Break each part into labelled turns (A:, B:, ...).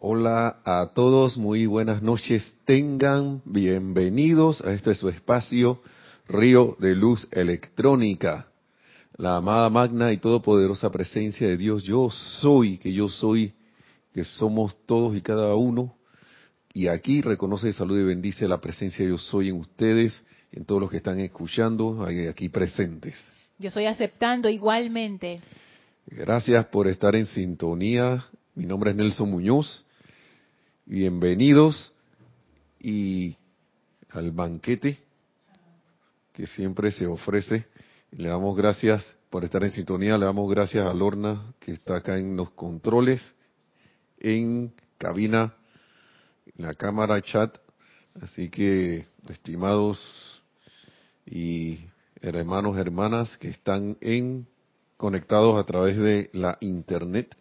A: Hola a todos, muy buenas noches. Tengan bienvenidos a este su espacio, Río de Luz Electrónica. La amada magna y todopoderosa presencia de Dios, yo soy, que somos todos y cada uno. Y aquí reconoce, saluda y bendice la presencia de yo soy en ustedes, en todos los que están escuchando, aquí presentes.
B: Yo estoy aceptando igualmente.
A: Gracias por estar en sintonía. Mi nombre es Nelson Muñoz. Bienvenidos y al banquete que siempre se ofrece. Le damos gracias por estar en sintonía. Le damos gracias a Lorna, que está acá en los controles, en cabina, en la cámara chat. Así que, estimados y hermanos, hermanas que están conectados a través de la internet,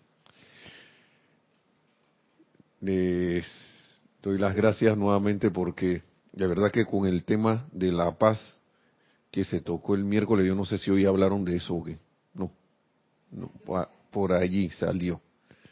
A: les doy las gracias nuevamente porque de verdad que con el tema de la paz que se tocó el miércoles, yo no sé si hoy hablaron de eso o qué. No, no, por allí salió.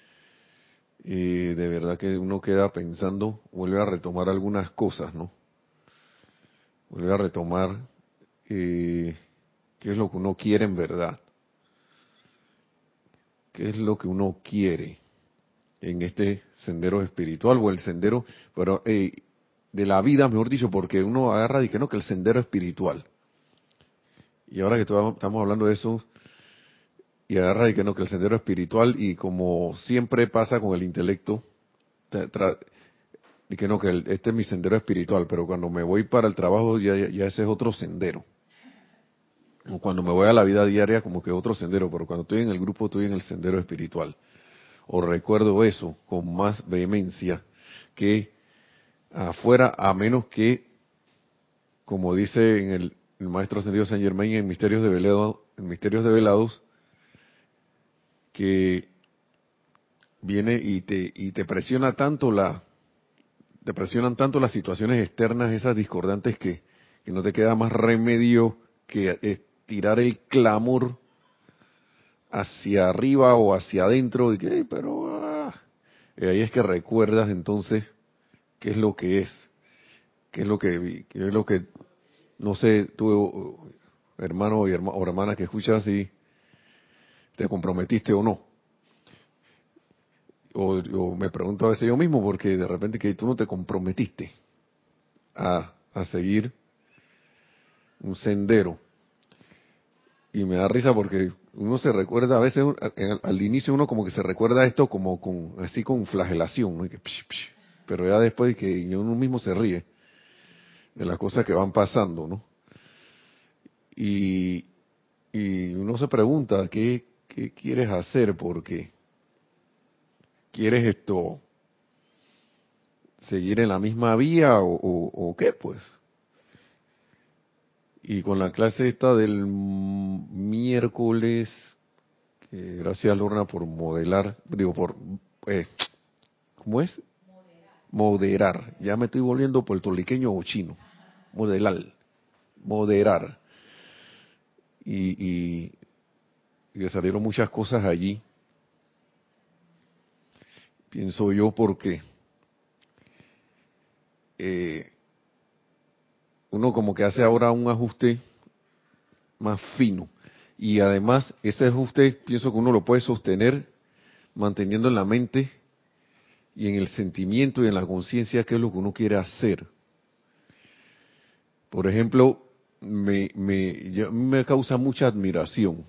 A: De verdad que uno queda pensando, vuelve a retomar algunas cosas, ¿no? Vuelve a retomar qué es lo que uno quiere en verdad. ¿Qué es lo que uno quiere en este sendero espiritual o el sendero, pero de la vida, mejor dicho, porque uno agarra y que no, que el sendero espiritual. Y ahora que estamos hablando de eso, y agarra y que no, que el sendero espiritual, y como siempre pasa con el intelecto, y que no, que este es mi sendero espiritual, pero cuando me voy para el trabajo ya ese es otro sendero. O cuando me voy a la vida diaria, como que otro sendero, pero cuando estoy en el grupo, estoy en el sendero espiritual. O recuerdo eso con más vehemencia que afuera, a menos que, como dice en el maestro ascendido Saint Germain en Misterios Develados, que viene y te presiona tanto te presionan tanto las situaciones externas, esas discordantes, que no te queda más remedio que tirar el clamor hacia arriba o hacia adentro, de que, y ahí es que recuerdas entonces qué es lo que es, qué es lo que, no sé, tú, hermano o hermana que escuchas, si te comprometiste o no. O me pregunto a veces yo mismo, porque de repente que tú no te comprometiste a seguir un sendero. Y me da risa porque uno se recuerda, a veces al inicio uno como que se recuerda esto como así con flagelación, ¿no? Y que, pero ya después que uno mismo se ríe de las cosas que van pasando, ¿no? Y, y uno se pregunta, ¿qué quieres hacer? Porque quieres seguir en la misma vía o qué, pues. Y con la clase esta del miércoles, gracias Lorna por modelar, eh, ¿cómo es? Moderar. Ya me estoy volviendo puertorriqueño o chino. Moderar. Y que salieron muchas cosas allí, pienso yo, porque eh, uno como que hace ahora un ajuste más fino. Y además, ese ajuste pienso que uno lo puede sostener manteniendo en la mente y en el sentimiento y en la conciencia qué es lo que uno quiere hacer. Por ejemplo, me causa mucha admiración,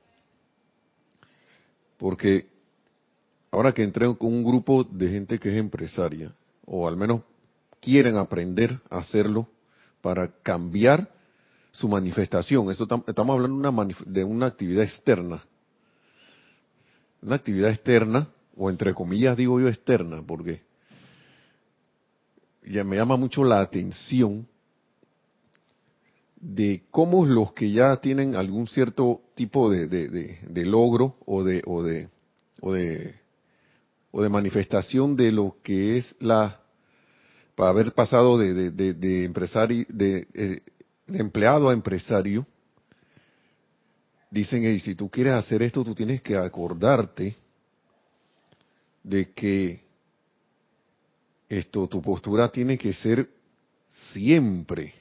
A: porque ahora que entré con un grupo de gente que es empresaria, o al menos quieren aprender a hacerlo para cambiar su manifestación. Esto estamos hablando de una actividad externa, o entre comillas digo yo externa, porque ya me llama mucho la atención de cómo los que ya tienen algún cierto tipo de logro o de o de manifestación de lo que es para haber pasado de empresario, de empleado a empresario, dicen, hey, si tú quieres hacer esto, tú tienes que acordarte de que tu postura tiene que ser siempre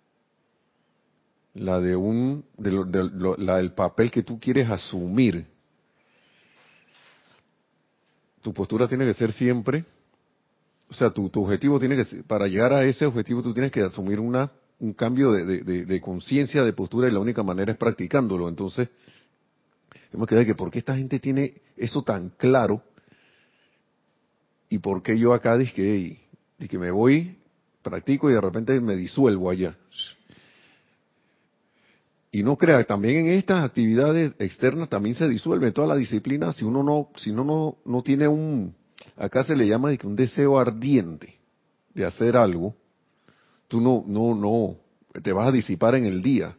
A: la la del papel que tú quieres asumir. Tu postura tiene que ser siempre, o sea, tu objetivo tiene que ser, para llegar a ese objetivo tú tienes que asumir un cambio de conciencia, de postura, y la única manera es practicándolo. Entonces, yo me quedé que ¿por qué esta gente tiene eso tan claro? ¿Y por qué yo acá dije que me voy, practico y de repente me disuelvo allá? Y no crea, también en estas actividades externas también se disuelve toda la disciplina si uno no tiene acá se le llama de que un deseo ardiente de hacer algo, tú no, te vas a disipar en el día,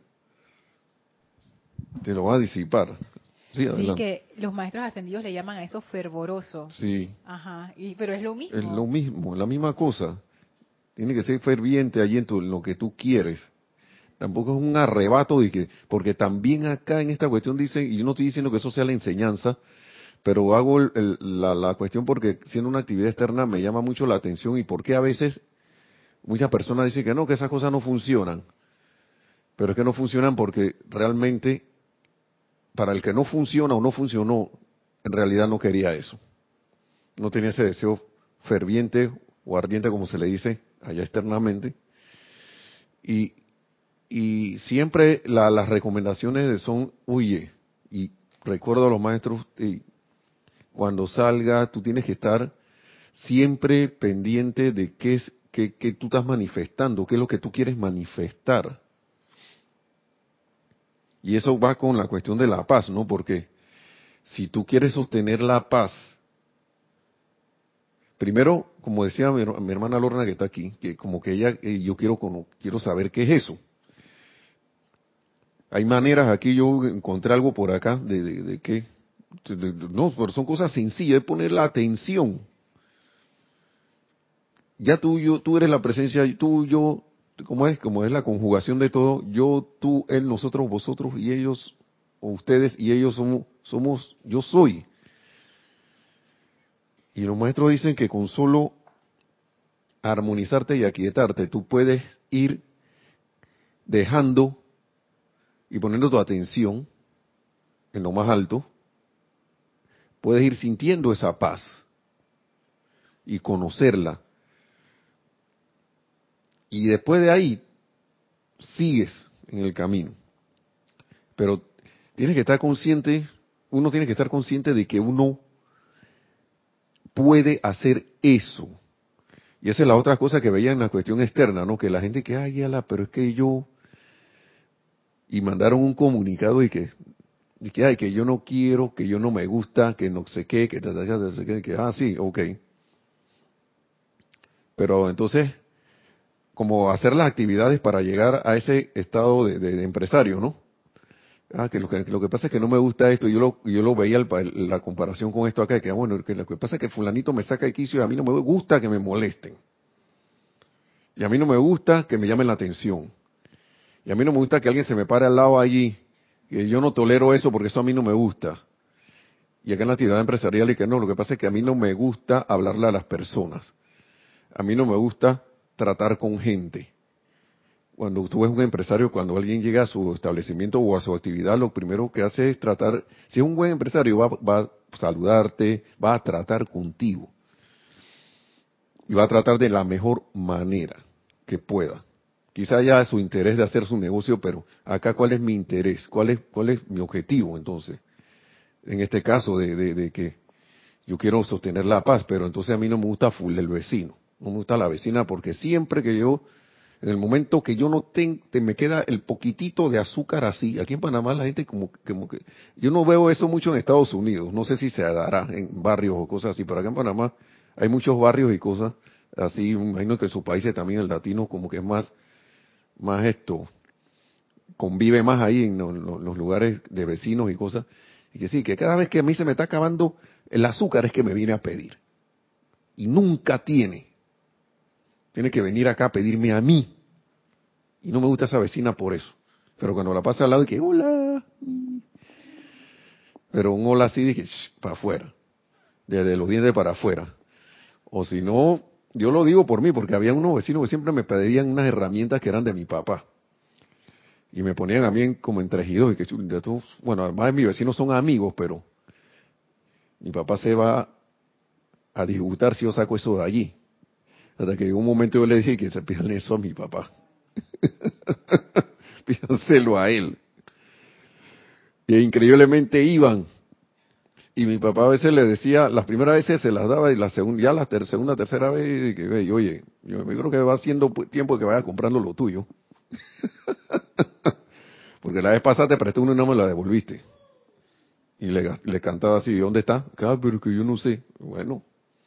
A: te lo vas a disipar. Sí,
B: Sí,
A: adelante.
B: que los maestros ascendidos le llaman a eso fervoroso.
A: Sí,
B: Ajá, pero es lo
A: es lo
B: mismo.
A: mismo, la misma cosa. Tiene que ser ferviente allí en lo que tú quieres. Tampoco es un arrebato de que, porque también acá en esta cuestión dicen, y yo no estoy diciendo que eso sea la enseñanza, pero hago la cuestión porque siendo una actividad externa me llama mucho la atención y porque a veces muchas personas dicen que esas cosas no funcionan, pero es que no funcionan porque realmente para el que no funciona o no funcionó, en realidad no quería eso, no tenía ese deseo ferviente o ardiente como se le dice allá externamente y, y siempre las recomendaciones son huye y recuerdo a los maestros cuando salgas tú tienes que estar siempre pendiente de qué es que tú estás manifestando, qué es lo que tú quieres manifestar. Y eso va con la cuestión de la paz, ¿no? Porque si tú quieres sostener la paz, primero, como decía mi hermana Lorna que está aquí, que como que ella, yo quiero saber qué es eso. Hay maneras, aquí yo encontré algo por acá de qué, no, pero son cosas sencillas, de poner la atención. Ya tú eres la presencia, tú, yo, como es la conjugación de todo, yo, tú, él, nosotros, vosotros y ellos, o ustedes y ellos somos, yo soy. Y los maestros dicen que con solo armonizarte y aquietarte, tú puedes ir dejando y poniendo tu atención en lo más alto, puedes ir sintiendo esa paz y conocerla. Y después de ahí, sigues en el camino. Pero tienes que estar consciente, uno tiene que estar consciente de que uno puede hacer eso. Y esa es la otra cosa que veía en la cuestión externa, ¿no? Que la gente que, ay, ala, pero es que yo, y mandaron un comunicado ay, que yo no quiero, que yo no me gusta, que no sé qué, sí, ok. Pero entonces, como hacer las actividades para llegar a ese estado de empresario, ¿no? Lo que pasa es que no me gusta esto, yo lo veía la comparación con esto acá, que bueno, que lo que pasa es que fulanito me saca de quicio y a mí no me gusta que me molesten. Y a mí no me gusta que me llamen la atención. Y a mí no me gusta que alguien se me pare al lado allí. Y yo no tolero eso porque eso a mí no me gusta. Y acá en la actividad empresarial y que no, lo que pasa es que a mí no me gusta hablarle a las personas. A mí no me gusta tratar con gente. Cuando tú ves un empresario, cuando alguien llega a su establecimiento o a su actividad, lo primero que hace es tratar, si es un buen empresario, va a saludarte, va a tratar contigo. Y va a tratar de la mejor manera que pueda. Quizá haya su interés de hacer su negocio, pero acá ¿cuál es mi interés? ¿Cuál es mi objetivo entonces? En este caso de que yo quiero sostener la paz, pero entonces a mí no me gusta full el vecino, no me gusta la vecina porque siempre que yo, en el momento que yo no tengo, me queda el poquitito de azúcar así, aquí en Panamá la gente como que, yo no veo eso mucho en Estados Unidos, no sé si se dará en barrios o cosas así, pero acá en Panamá hay muchos barrios y cosas así, me imagino que en sus países también el latino como que es más esto, convive más ahí en los lugares de vecinos y cosas, y que sí, que cada vez que a mí se me está acabando el azúcar es que me viene a pedir. Y nunca tiene que venir acá a pedirme a mí. Y no me gusta esa vecina por eso. Pero cuando la pasa al lado y que, hola. Pero un hola así dije, para afuera. Desde los dientes para afuera. O si no, yo lo digo por mí, porque había unos vecinos que siempre me pedían unas herramientas que eran de mi papá. Y me ponían a mí como entrejidos y que de todos, bueno, además de mis vecinos son amigos, pero mi papá se va a disgustar si yo saco eso de allí. Hasta que en un momento yo le dije que se pidan eso a mi papá. Pídanselo a él. Y increíblemente iban. Y mi papá a veces le decía, las primeras veces se las daba y la segunda, ya la segunda, tercera vez, que oye, yo creo que va siendo tiempo que vaya comprando lo tuyo. Porque la vez pasada te presté uno y no me la devolviste. Y le cantaba así, ¿dónde está? Ah, pero que yo no sé. Bueno.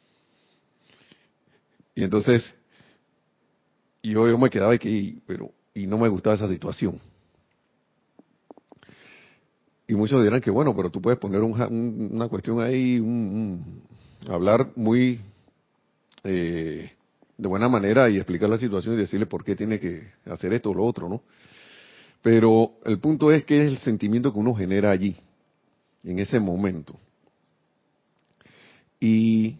A: Y entonces, yo me quedaba y no me gustaba esa situación. Y muchos dirán que bueno, pero tú puedes poner una cuestión ahí, hablar muy de buena manera y explicar la situación y decirle por qué tiene que hacer esto o lo otro, ¿no? Pero el punto es que es el sentimiento que uno genera allí, en ese momento. Y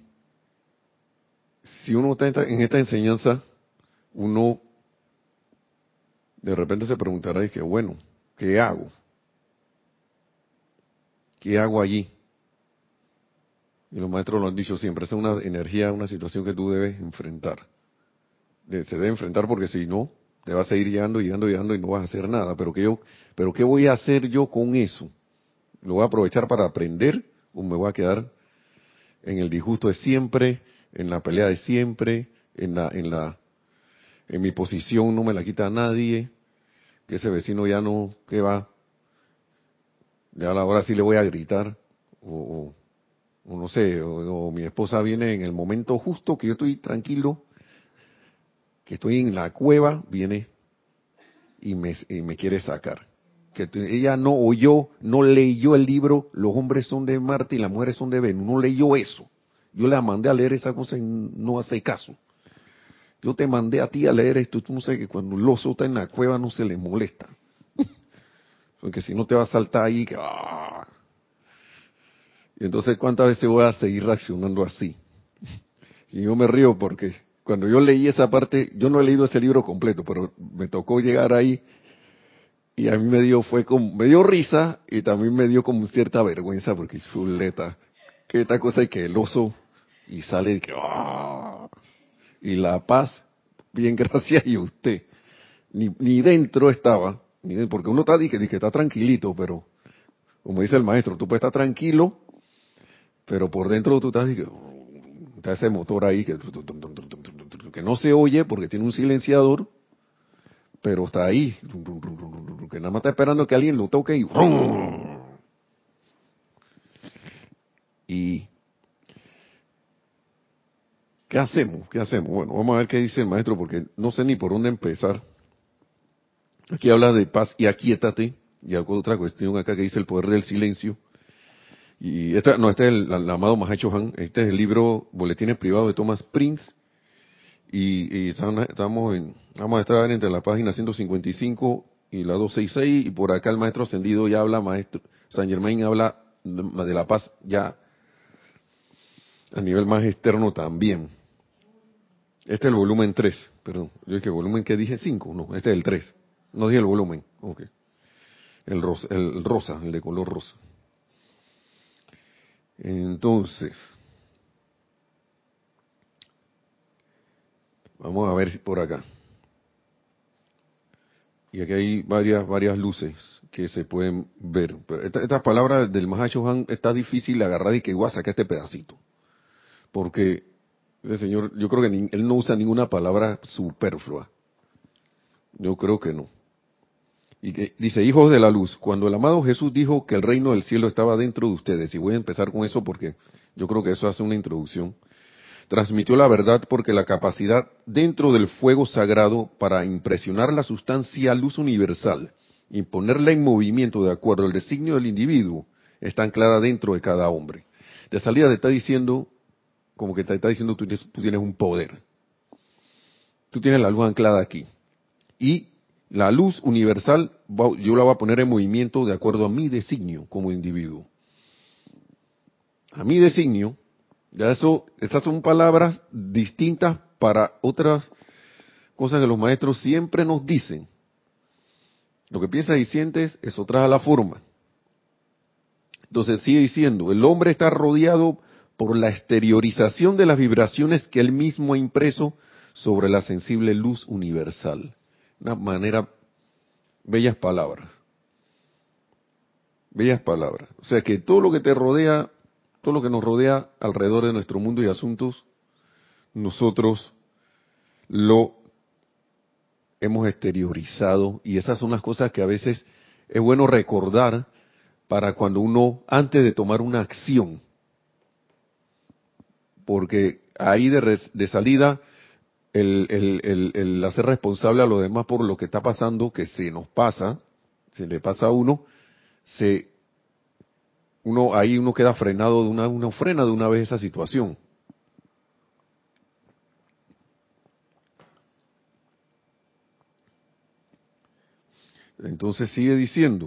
A: si uno está en esta enseñanza, uno de repente se preguntará, y que bueno, ¿qué hago? ¿Qué hago allí? Y los maestros lo han dicho siempre, esa es una energía, una situación que tú debes enfrentar. Se debe enfrentar porque si no, te vas a ir llegando y no vas a hacer nada. Pero ¿qué voy a hacer yo con eso? ¿Lo voy a aprovechar para aprender o me voy a quedar en el disgusto de siempre, en la pelea de siempre, en mi posición no me la quita nadie, que ese vecino ya no, ¿qué va? Ya a la hora sí le voy a gritar, o no sé, o mi esposa viene en el momento justo que yo estoy tranquilo, que estoy en la cueva, viene y me quiere sacar. Ella no oyó, no leyó el libro, los hombres son de Marte y las mujeres son de Venus, no leyó eso. Yo la mandé a leer esa cosa y no hace caso. Yo te mandé a ti a leer esto, tú no sabes que cuando el oso está en la cueva no se le molesta. Porque si no te va a saltar ahí, que ¡ah! Y entonces ¿cuántas veces voy a seguir reaccionando así? Y yo me río porque cuando yo leí esa parte, yo no he leído ese libro completo, pero me tocó llegar ahí y a mí me dio risa y también me dio como cierta vergüenza porque chuleta, que esta cosa es que el oso y sale y que ¡ah! Y la paz, bien gracias y usted. Ni dentro estaba, porque uno está que está tranquilito, pero como dice el maestro, tú puedes estar tranquilo, pero por dentro tú estás está ese motor ahí que no se oye porque tiene un silenciador, pero está ahí, que nada más está esperando que alguien lo toque y ¿qué hacemos? ¿Qué hacemos? Bueno, vamos a ver qué dice el maestro porque no sé ni por dónde empezar. Aquí habla de paz y aquíétate, y hago otra cuestión acá que dice el poder del silencio. Y este es el amado Mahacho Han, este es el libro Boletines Privados de Thomas Prince, vamos a estar entre la página 155 y la 266, y por acá el maestro ascendido ya habla, maestro Saint Germain habla de la paz ya a nivel más externo también. Este es el volumen 3, perdón, yo dije volumen que dije 5, no, este es el 3, no dije el volumen, ok. El rosa, el de color rosa. Entonces, vamos a ver si por acá. Y aquí hay varias luces que se pueden ver. Pero estas palabras del Mahacho Han está difícil agarrar y que voy a sacar este pedacito. Porque ese señor, yo creo que él no usa ninguna palabra superflua. Yo creo que no. Y que, dice, hijos de la luz, cuando el amado Jesús dijo que el reino del cielo estaba dentro de ustedes, y voy a empezar con eso porque yo creo que eso hace una introducción, transmitió la verdad porque la capacidad dentro del fuego sagrado para impresionar la sustancia luz universal y ponerla en movimiento de acuerdo al designio del individuo está anclada dentro de cada hombre. De salida te está diciendo, como que te está diciendo tú tienes un poder. Tú tienes la luz anclada aquí. Y la luz universal yo la voy a poner en movimiento de acuerdo a mi designio como individuo. A mi designio. Ya esas son palabras distintas para otras cosas que los maestros siempre nos dicen. Lo que piensas y sientes, eso trae a la forma. Entonces sigue diciendo, el hombre está rodeado por la exteriorización de las vibraciones que él mismo ha impreso sobre la sensible luz universal. Una manera, bellas palabras. Bellas palabras. O sea que todo lo que te rodea, todo lo que nos rodea alrededor de nuestro mundo y asuntos, nosotros lo hemos exteriorizado, y esas son las cosas que a veces es bueno recordar para cuando uno, antes de tomar una acción, porque ahí de salida el hacer responsable a los demás por lo que está pasando, que se nos pasa, se le pasa a uno, ahí uno queda frenado uno frena de una vez esa situación. Entonces sigue diciendo,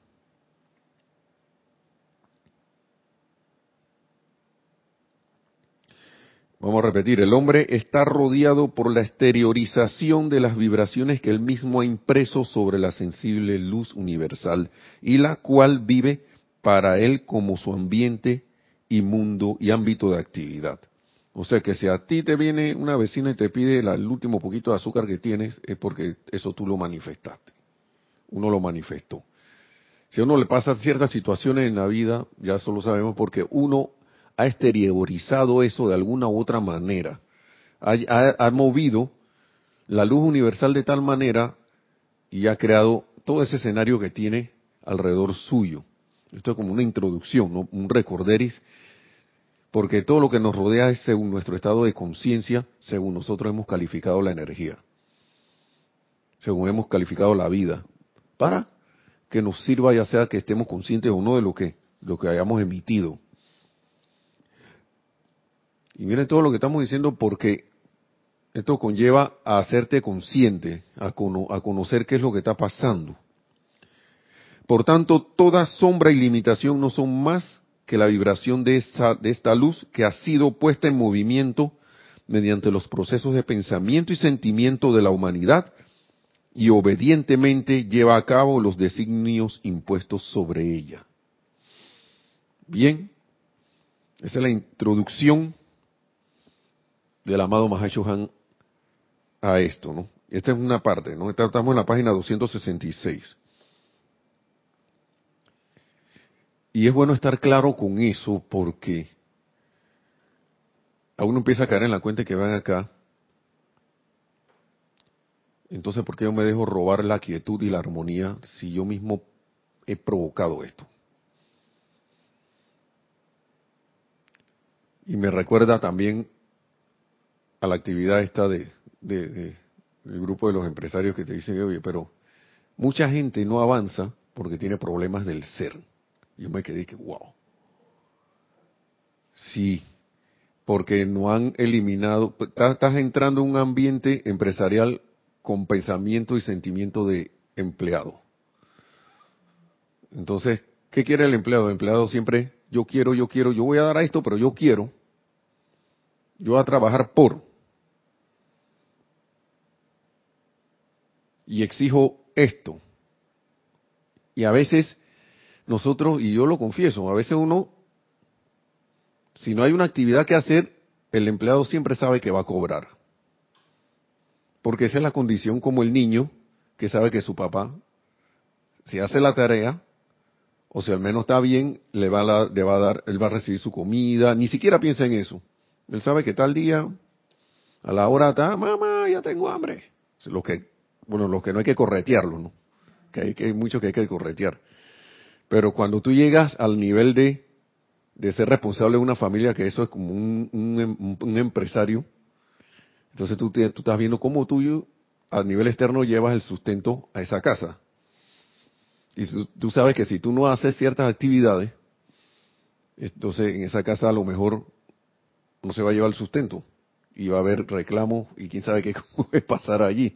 A: vamos a repetir, el hombre está rodeado por la exteriorización de las vibraciones que él mismo ha impreso sobre la sensible luz universal, y la cual vive para él como su ambiente y mundo y ámbito de actividad. O sea que si a ti te viene una vecina y te pide el último poquito de azúcar que tienes, es porque eso tú lo manifestaste. Uno lo manifestó. Si a uno le pasa ciertas situaciones en la vida, ya eso lo sabemos porque uno ha exteriorizado eso de alguna u otra manera. Ha movido la luz universal de tal manera y ha creado todo ese escenario que tiene alrededor suyo. Esto es como una introducción, ¿no? Un recorderis, porque todo lo que nos rodea es según nuestro estado de conciencia, según nosotros hemos calificado la energía, según hemos calificado la vida, para que nos sirva, ya sea que estemos conscientes o no de lo que hayamos emitido. Y miren todo lo que estamos diciendo, porque esto conlleva a hacerte consciente, a conocer qué es lo que está pasando. Por tanto, toda sombra y limitación no son más que la vibración de esta luz que ha sido puesta en movimiento mediante los procesos de pensamiento y sentimiento de la humanidad, y obedientemente lleva a cabo los designios impuestos sobre ella. Bien, esa es la introducción del amado Mahashohan a esto, ¿no? Esta es una parte, ¿no? Estamos en la página 266. Y es bueno estar claro con eso, porque a uno empieza a caer en la cuenta que van acá. Entonces, ¿por qué yo me dejo robar la quietud y la armonía si yo mismo he provocado esto? Y me recuerda también a la actividad esta del grupo de los empresarios que te dicen, oye, pero mucha gente no avanza porque tiene problemas del ser. Y yo me quedé que, wow. Sí, porque no han eliminado, estás entrando en un ambiente empresarial con pensamiento y sentimiento de empleado. Entonces, ¿qué quiere el empleado? El empleado siempre, yo quiero, yo voy a dar a esto, pero yo quiero, yo voy a trabajar por, y exijo esto. Y a veces nosotros, y yo lo confieso, a veces uno, si no hay una actividad que hacer, el empleado siempre sabe que va a cobrar. Porque esa es la condición, como el niño que sabe que su papá, si hace la tarea, o si al menos está bien, le va a dar, él va a recibir su comida, ni siquiera piensa en eso. Él sabe que tal día, a la hora está, mamá, ya tengo hambre. Lo que no hay que corretearlo, ¿no? Que hay mucho que hay que corretear. Pero cuando tú llegas al nivel de ser responsable de una familia, que eso es como un empresario, entonces tú estás viendo cómo tú a nivel externo llevas el sustento a esa casa. Y tú sabes que si tú no haces ciertas actividades, entonces en esa casa a lo mejor no se va a llevar el sustento y va a haber reclamos y quién sabe qué puede pasar allí.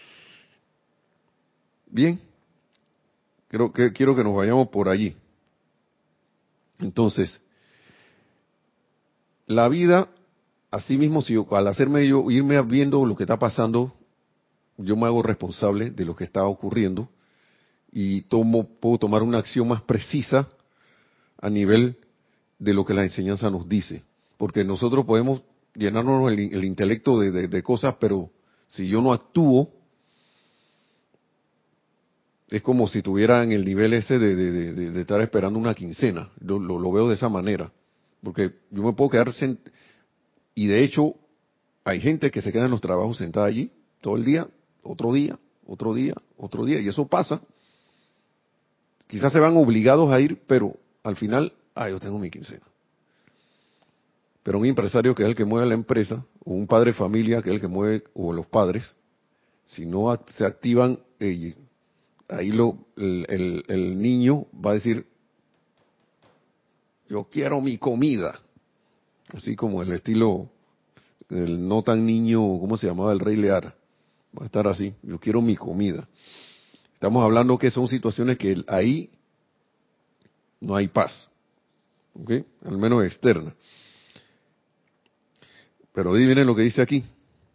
A: Bien, quiero que nos vayamos por allí. Entonces, la vida así mismo, si yo, al hacerme yo, irme viendo lo que está pasando, yo me hago responsable de lo que está ocurriendo y puedo tomar una acción más precisa a nivel de lo que la enseñanza nos dice. Porque nosotros podemos llenarnos el intelecto de cosas, pero si yo no actúo, es como si tuviera en el nivel ese de estar esperando una quincena. Lo veo de esa manera. Porque yo me puedo quedar y de hecho hay gente que se queda en los trabajos sentada allí todo el día, otro día, otro día, otro día, y eso pasa. Quizás se van obligados a ir, pero al final, yo tengo mi quincena. Pero un empresario que es el que mueve la empresa, o un padre de familia que es el que mueve, o los padres, si no se activan, ahí el niño va a decir, yo quiero mi comida. Así como el estilo, el no tan niño, ¿cómo se llamaba? El Rey Lear. Va a estar así, yo quiero mi comida. Estamos hablando que son situaciones que ahí no hay paz, ¿ok? Al menos externa. Pero adivinen lo que dice aquí.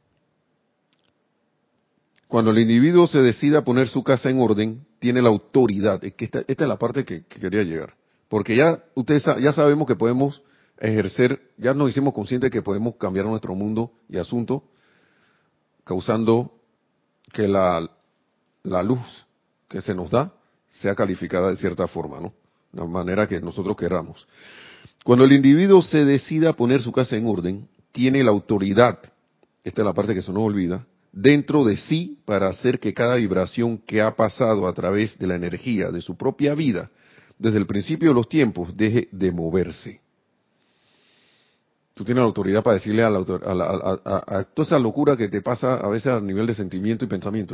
A: Cuando el individuo se decida a poner su casa en orden, tiene la autoridad. Es que esta es la parte que quería llegar. Porque ya ustedes ya sabemos que podemos ejercer, ya nos hicimos conscientes que podemos cambiar nuestro mundo y asunto, causando que la luz que se nos da sea calificada de cierta forma, ¿no? De la manera que nosotros queramos. Cuando el individuo se decida a poner su casa en orden, tiene la autoridad, esta es la parte que se nos olvida, dentro de sí para hacer que cada vibración que ha pasado a través de la energía de su propia vida, desde el principio de los tiempos, deje de moverse. Tú tienes la autoridad para decirle a toda esa locura que te pasa a veces a nivel de sentimiento y pensamiento.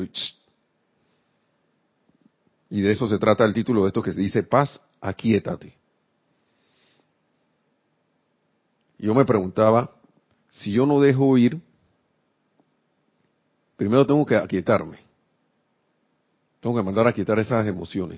A: Y de eso se trata el título de esto que se dice paz, aquíétate. Y yo me preguntaba, si yo no dejo ir, primero tengo que aquietarme. Tengo que mandar a quietar esas emociones.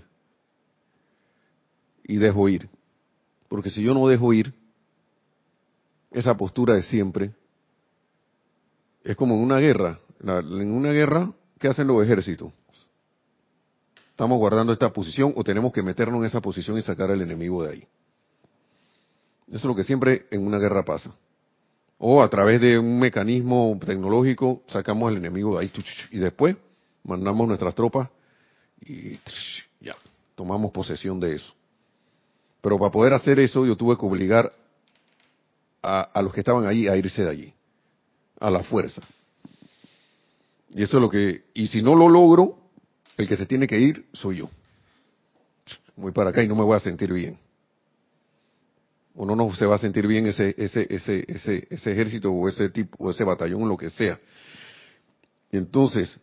A: Y dejo ir. Porque si yo no dejo ir, esa postura de siempre, es como en una guerra. En una guerra, ¿qué hacen los ejércitos? Estamos guardando esta posición o tenemos que meternos en esa posición y sacar al enemigo de ahí. Eso es lo que siempre en una guerra pasa. O a través de un mecanismo tecnológico sacamos al enemigo de ahí y después mandamos nuestras tropas y ya, tomamos posesión de eso. Pero para poder hacer eso yo tuve que obligar a los que estaban allí a irse de allí, a la fuerza. Y eso es lo que, y si no lo logro, el que se tiene que ir soy yo. Voy para acá y no me voy a sentir bien. Uno no se va a sentir bien ese ejército o ese tipo, o ese batallón o lo que sea. Entonces,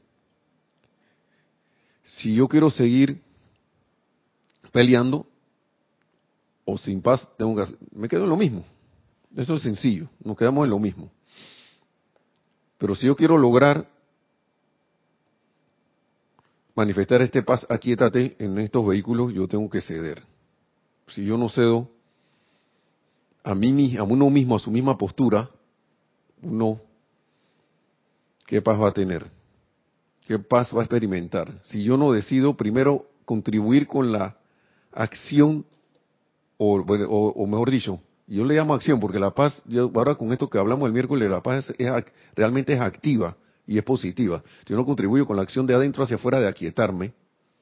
A: si yo quiero seguir peleando o sin paz, me quedo en lo mismo. Eso es sencillo, nos quedamos en lo mismo. Pero si yo quiero lograr manifestar este paz, aquíétate en estos vehículos, yo tengo que ceder. Si yo no cedo a uno mismo, a su misma postura, ¿qué paz va a tener? ¿Qué paz va a experimentar? Si yo no decido primero contribuir con la acción, o mejor dicho, yo le llamo acción porque la paz, ahora con esto que hablamos el miércoles, la paz realmente es activa y es positiva. Si yo no contribuyo con la acción de adentro hacia afuera de aquietarme,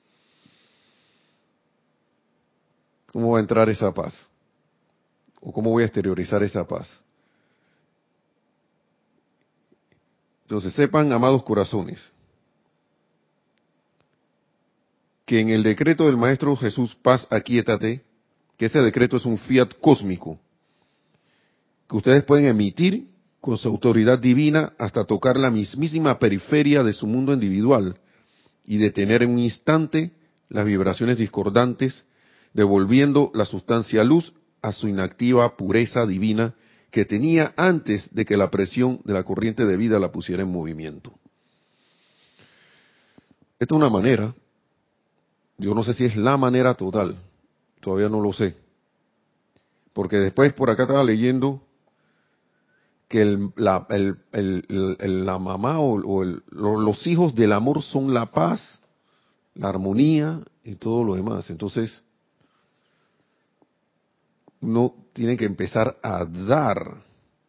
A: ¿cómo va a entrar esa paz? ¿O cómo voy a exteriorizar esa paz? Entonces sepan, amados corazones, que en el decreto del Maestro Jesús, paz, aquíétate, que ese decreto es un fiat cósmico, que ustedes pueden emitir con su autoridad divina hasta tocar la mismísima periferia de su mundo individual y detener en un instante las vibraciones discordantes, devolviendo la sustancia luz a su inactiva pureza divina que tenía antes de que la presión de la corriente de vida la pusiera en movimiento. Esta es una manera, yo no sé si es la manera total, todavía no lo sé, porque después por acá estaba leyendo que la mamá los hijos del amor son la paz, la armonía y todo lo demás. Entonces, uno tiene que empezar a dar.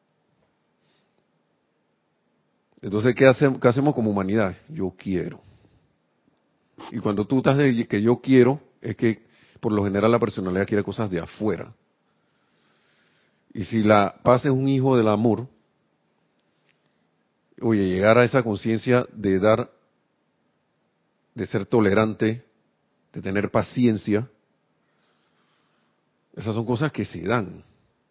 A: Entonces, qué hacemos como humanidad? Yo quiero. Y cuando tú estás de que yo quiero, es que por lo general la personalidad quiere cosas de afuera. Y si la paz es un hijo del amor, oye, llegar a esa conciencia de dar, de ser tolerante, de tener paciencia, esas son cosas que se dan.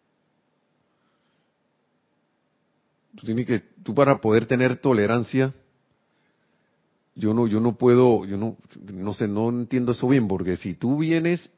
A: Tú para poder tener tolerancia, yo no puedo, no sé, no entiendo eso bien, porque si tú vienes,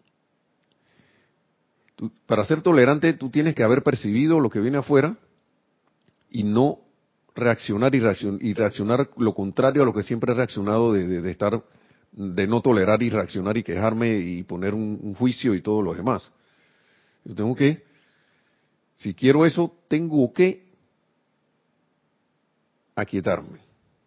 A: para ser tolerante, tú tienes que haber percibido lo que viene afuera y no reaccionar y reaccionar lo contrario a lo que siempre he reaccionado de estar, de no tolerar y reaccionar y quejarme y poner un juicio y todo lo demás. Yo tengo que, si quiero eso, tengo que aquietarme.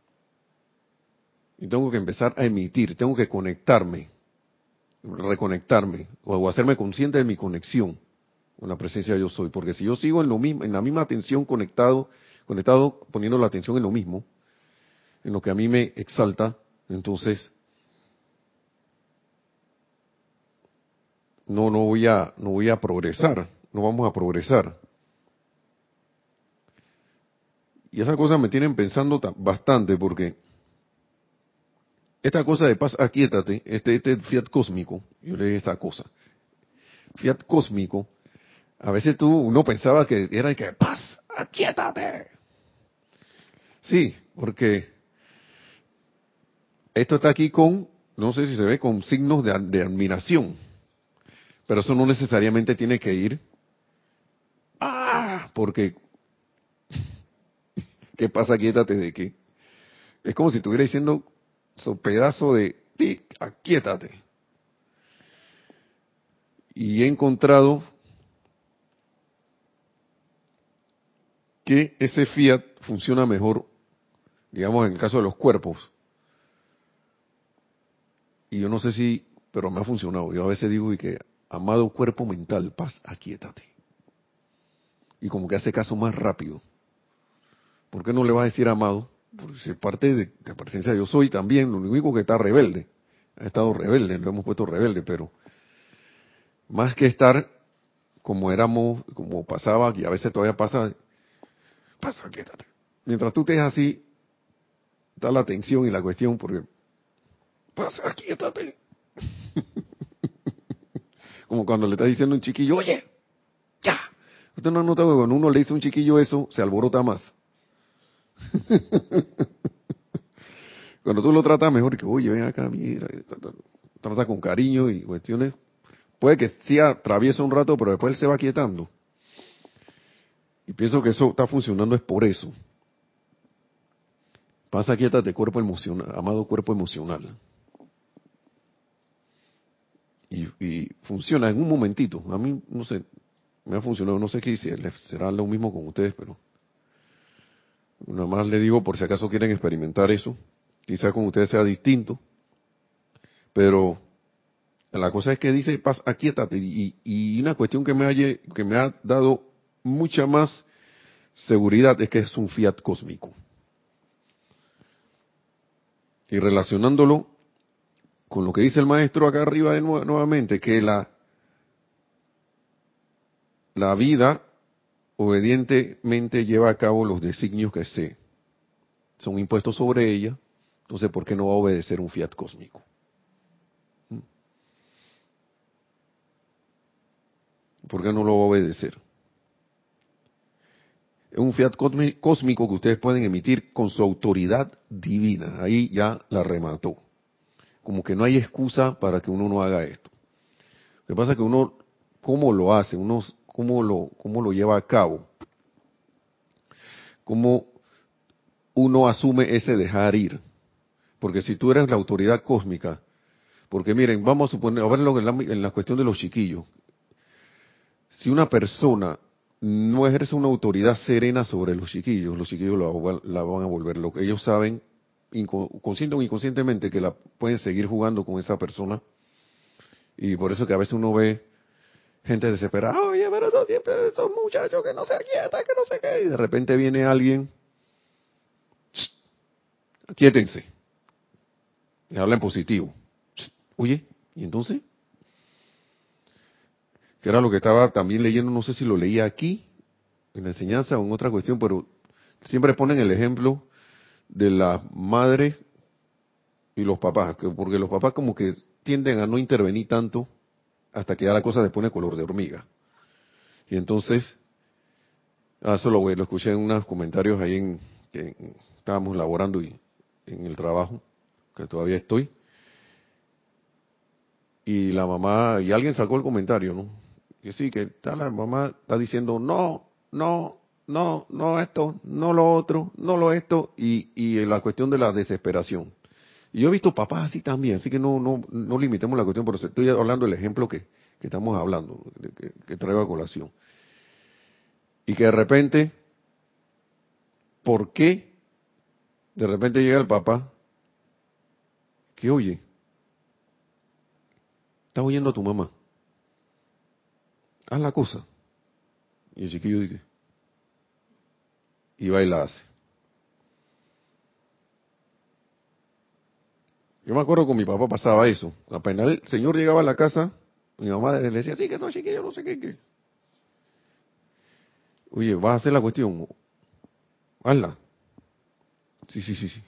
A: Y tengo que empezar a emitir, tengo que conectarme, reconectarme, o hacerme consciente de mi conexión con la presencia de yo soy. Porque si yo sigo en lo mismo, en la misma atención conectado, poniendo la atención en lo mismo, en lo que a mí me exalta, entonces no voy a progresar, no vamos a progresar. Y esas cosas me tienen pensando bastante, porque esta cosa de paz, aquíétate, este fiat cósmico, yo leí esta cosa, fiat cósmico, a veces uno pensaba que era que paz, aquíétate. Sí, porque esto está aquí no sé si se ve, con signos de admiración, pero eso no necesariamente tiene que ir, porque, ¿qué pasa? Aquíétate de qué. Es como si estuviera diciendo, pedazo de ti, aquíétate. Y he encontrado que ese fiat funciona mejor, digamos, en el caso de los cuerpos. Y yo no sé si, pero me ha funcionado. Yo a veces digo y que, amado cuerpo mental, paz, aquíétate. Y como que hace caso más rápido. ¿Por qué no le vas a decir amado? Porque si es parte de la presencia de yo soy también, lo único que está rebelde. Ha estado rebelde, lo hemos puesto rebelde, pero más que estar como éramos, como pasaba, y a veces todavía pasa, pasa, aquíétate. Mientras tú estés así, está la tensión y la cuestión, porque pasa, aquíétate. Como cuando le estás diciendo a un chiquillo, oye, ya. Usted no ha notado que cuando uno le dice a un chiquillo eso, se alborota más. Cuando tú lo tratas mejor, que oye, ven acá, mira, trata con cariño y cuestiones, puede que sí atraviese un rato, pero después él se va quietando. Y pienso que eso está funcionando es por eso. Pasa, quiétate, cuerpo emocional, amado cuerpo emocional. Y funciona en un momentito. A mí, no sé, me ha funcionado, no sé qué si será lo mismo con ustedes, pero nada más le digo por si acaso quieren experimentar eso. Quizá con ustedes sea distinto, pero la cosa es que dice paz, aquíétate, y una cuestión que me ha dado mucha más seguridad es que es un fiat cósmico. Y relacionándolo con lo que dice el maestro acá arriba nuevamente, que la vida obedientemente lleva a cabo los designios que son impuestos sobre ella, entonces ¿por qué no va a obedecer un fiat cósmico? ¿Por qué no lo va a obedecer? Es un fiat cósmico que ustedes pueden emitir con su autoridad divina. Ahí ya la remató. Como que no hay excusa para que uno no haga esto. Lo que pasa es que uno, ¿cómo lo hace? ¿Cómo lo lleva a cabo? ¿Cómo uno asume ese dejar ir? Porque si tú eres la autoridad cósmica, porque miren, vamos a suponer, a ver en la cuestión de los chiquillos. Si una persona no ejerce una autoridad serena sobre los chiquillos la van a volver loca. Ellos saben, consciente o inconscientemente, que la pueden seguir jugando con esa persona, y por eso que a veces uno ve gente desesperada, oye, pero eso siempre esos muchachos que no se aquietan, que no sé qué, y de repente viene alguien, aquíétense, y habla en positivo. Oye, ¿y entonces? Que era lo que estaba también leyendo, no sé si lo leía aquí, en la enseñanza o en otra cuestión, pero siempre ponen el ejemplo de las madres y los papás, porque los papás como que tienden a no intervenir tanto hasta que ya la cosa se pone color de hormiga. Y entonces, eso lo escuché en unos comentarios ahí que estábamos laborando y en el trabajo, que todavía estoy, y la mamá, y alguien sacó el comentario, ¿no? Que sí, que está la mamá está diciendo no, no, no, no esto, no lo otro, no lo esto, y la cuestión de la desesperación. Y yo he visto papás así también, así que no limitemos la cuestión, pero estoy hablando del ejemplo que estamos hablando, que traigo a colación. Y que de repente, ¿por qué de repente llega el papá que oye, estás oyendo a tu mamá, haz la cosa? Y el chiquillo dice, y va y la hace. Yo me acuerdo con mi papá pasaba eso. Apenas el señor llegaba a la casa, mi mamá le decía, sí, que no, chiquillo, no sé qué. Oye, vas a hacer la cuestión, hazla. Sí, sí, sí, sí.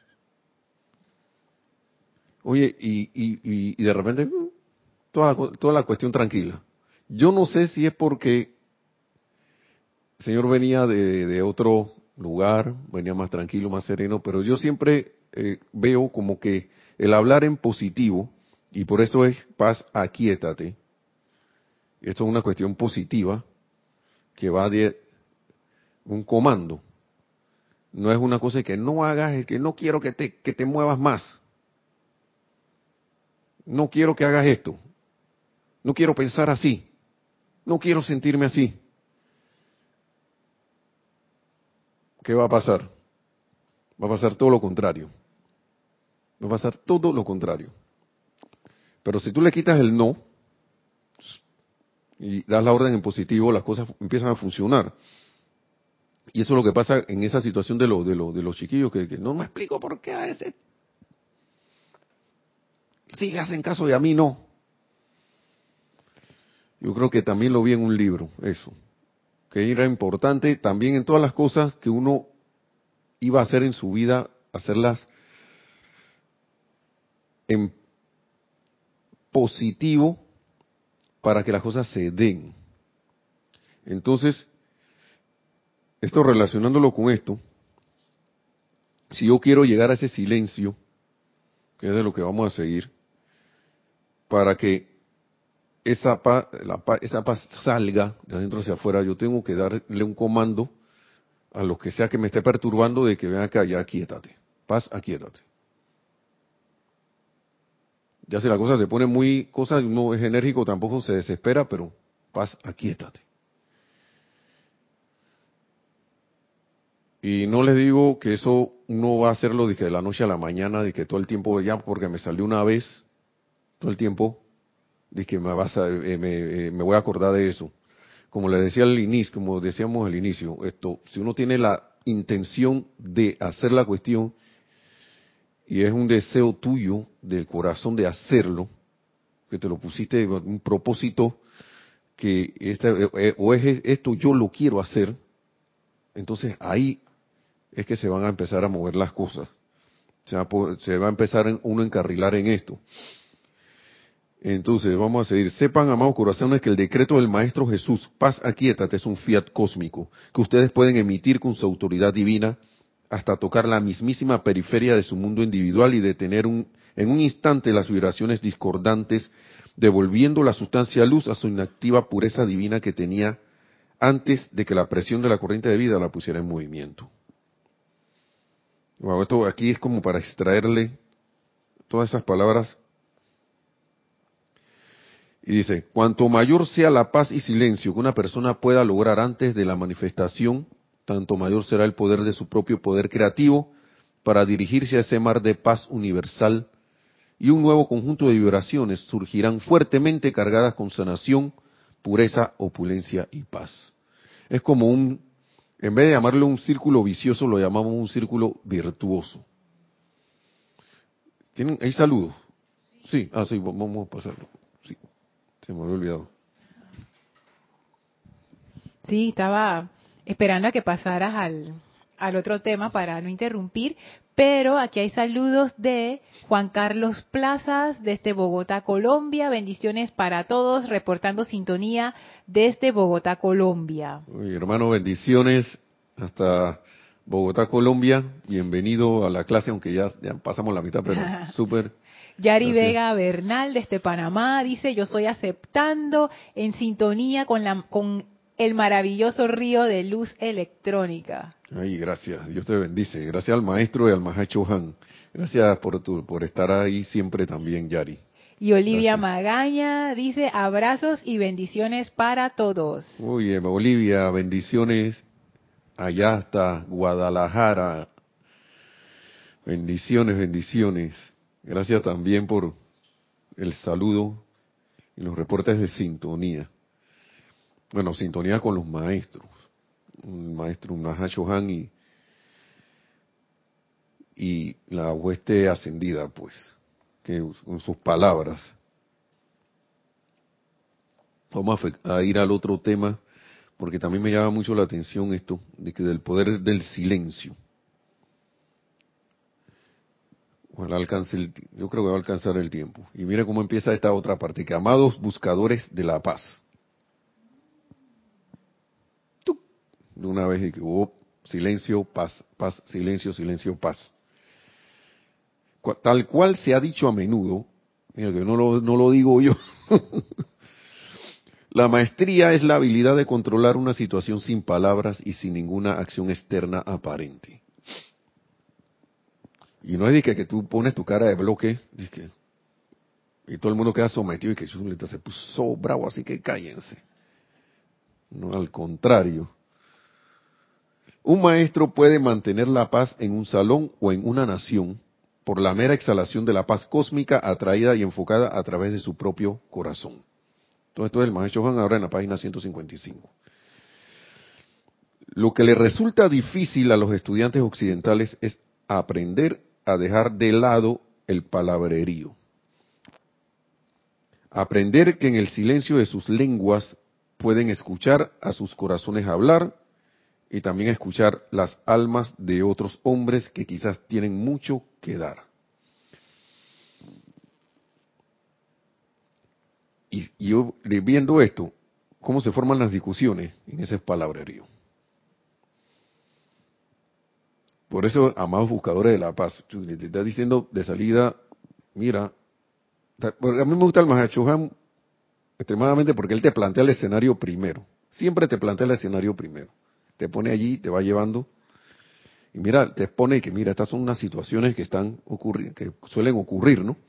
A: Oye, y de repente, toda la cuestión tranquila. Yo no sé si es porque el señor venía de otro lugar, venía más tranquilo, más sereno, pero yo siempre veo como que el hablar en positivo, y por eso es paz, aquíétate. Esto es una cuestión positiva que va de un comando. No es una cosa de que no hagas, es que no quiero que te muevas más. No quiero que hagas esto. No quiero pensar así. No quiero sentirme así. ¿Qué va a pasar? Va a pasar todo lo contrario. Va a pasar todo lo contrario. Pero si tú le quitas el no y das la orden en positivo, las cosas empiezan a funcionar. Y eso es lo que pasa en esa situación de los chiquillos, que no me explico por qué a ese sí le hacen caso y a mí no. Yo creo que también lo vi en un libro, eso. Que era importante también en todas las cosas que uno iba a hacer en su vida, hacerlas en positivo para que las cosas se den. Entonces, esto relacionándolo con esto, si yo quiero llegar a ese silencio, que es de lo que vamos a seguir, para que esa paz salga de adentro hacia afuera, yo tengo que darle un comando a lo que sea que me esté perturbando de que ven acá, ya aquíétate, paz, aquíétate. Ya si la cosa se pone muy uno es enérgico, tampoco se desespera, pero paz, aquíétate. Y no les digo que eso uno va a hacerlo de que de la noche a la mañana, de que todo el tiempo, ya porque me salió una vez, todo el tiempo, de que me voy a acordar de eso. Como les decía al inicio, como decíamos al inicio, si uno tiene la intención de hacer la cuestión y es un deseo tuyo del corazón de hacerlo, que te lo pusiste un propósito que o es esto yo lo quiero hacer, entonces ahí es que se van a empezar a mover las cosas. Se va a empezar uno a encarrilar en esto. Entonces, vamos a seguir. Sepan, amados corazones, que el decreto del Maestro Jesús, paz, aquíétate, es un fiat cósmico, que ustedes pueden emitir con su autoridad divina hasta tocar la mismísima periferia de su mundo individual y detener en un instante las vibraciones discordantes, devolviendo la sustancia luz a su inactiva pureza divina que tenía antes de que la presión de la corriente de vida la pusiera en movimiento. Wow, esto aquí es como para extraerle todas esas palabras. Y dice, cuanto mayor sea la paz y silencio que una persona pueda lograr antes de la manifestación, tanto mayor será el poder de su propio poder creativo para dirigirse a ese mar de paz universal, y un nuevo conjunto de vibraciones surgirán fuertemente cargadas con sanación, pureza, opulencia y paz. Es como en vez de llamarlo un círculo vicioso, lo llamamos un círculo virtuoso. ¿Hay saludos? Sí, sí, vamos a pasarlo. Sí, se me había olvidado.
B: Sí, estaba esperando a que pasaras al otro tema para no interrumpir, pero aquí hay saludos de Juan Carlos Plazas desde Bogotá, Colombia. Bendiciones para todos, reportando sintonía desde Bogotá, Colombia.
A: Oye, hermano, bendiciones hasta Bogotá, Colombia. Bienvenido a la clase, aunque ya pasamos la mitad, pero súper.
B: Yari
A: Gracias.
B: Vega Bernal desde Panamá dice, yo soy aceptando en sintonía con el maravilloso río de luz electrónica.
A: Ay, gracias. Dios te bendice. Gracias al maestro y al Mahacho Han. Gracias por estar ahí siempre también, Yari.
B: Y Olivia
A: Gracias.
B: Magaña dice, abrazos y bendiciones para todos.
A: Oye, Olivia, bendiciones allá hasta Guadalajara. Bendiciones, bendiciones. Gracias también por el saludo y los reportes de sintonía. Bueno, sintonía con los maestros. Un maestro, un Mahacho Han y la hueste ascendida, pues, que con sus palabras. Vamos a ir al otro tema, porque también me llama mucho la atención esto, de que del poder del silencio. Ojalá alcance yo creo que va a alcanzar el tiempo. Y mira cómo empieza esta otra parte, que amados buscadores de la paz. ¡Tuc! De una vez de que hubo silencio, paz, paz, silencio, silencio, paz. Tal cual se ha dicho a menudo, mira que no lo digo yo. La maestría es la habilidad de controlar una situación sin palabras y sin ninguna acción externa aparente. Y no es de que tú pones tu cara de bloque y todo el mundo queda sometido y que Chuleta se puso bravo, así que cállense. No, al contrario. Un maestro puede mantener la paz en un salón o en una nación por la mera exhalación de la paz cósmica atraída y enfocada a través de su propio corazón. Todo esto es el Maestro Juan ahora en la página 155. Lo que le resulta difícil a los estudiantes occidentales es aprender a dejar de lado el palabrerío. Aprender que en el silencio de sus lenguas pueden escuchar a sus corazones hablar y también escuchar las almas de otros hombres que quizás tienen mucho que dar. Y yo viendo esto, cómo se forman las discusiones en ese palabrerío. Por eso, amados buscadores de la paz, te está diciendo de salida, mira, a mí me gusta el Mahacho Han extremadamente porque él te plantea el escenario primero. Siempre te plantea el escenario primero. Te pone allí, te va llevando. Y mira, te expone que mira, estas son unas situaciones que que suelen ocurrir, ¿no?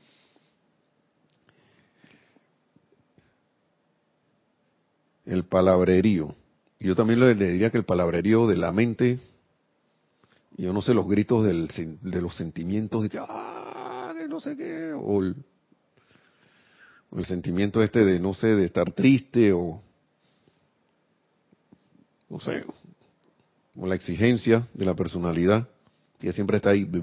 A: El palabrerío. Y yo también le diría que el palabrerío de la mente, yo no sé, los gritos de los sentimientos de que no sé qué, o el sentimiento de, no sé, de estar triste o, no sé, o la exigencia de la personalidad, que siempre está ahí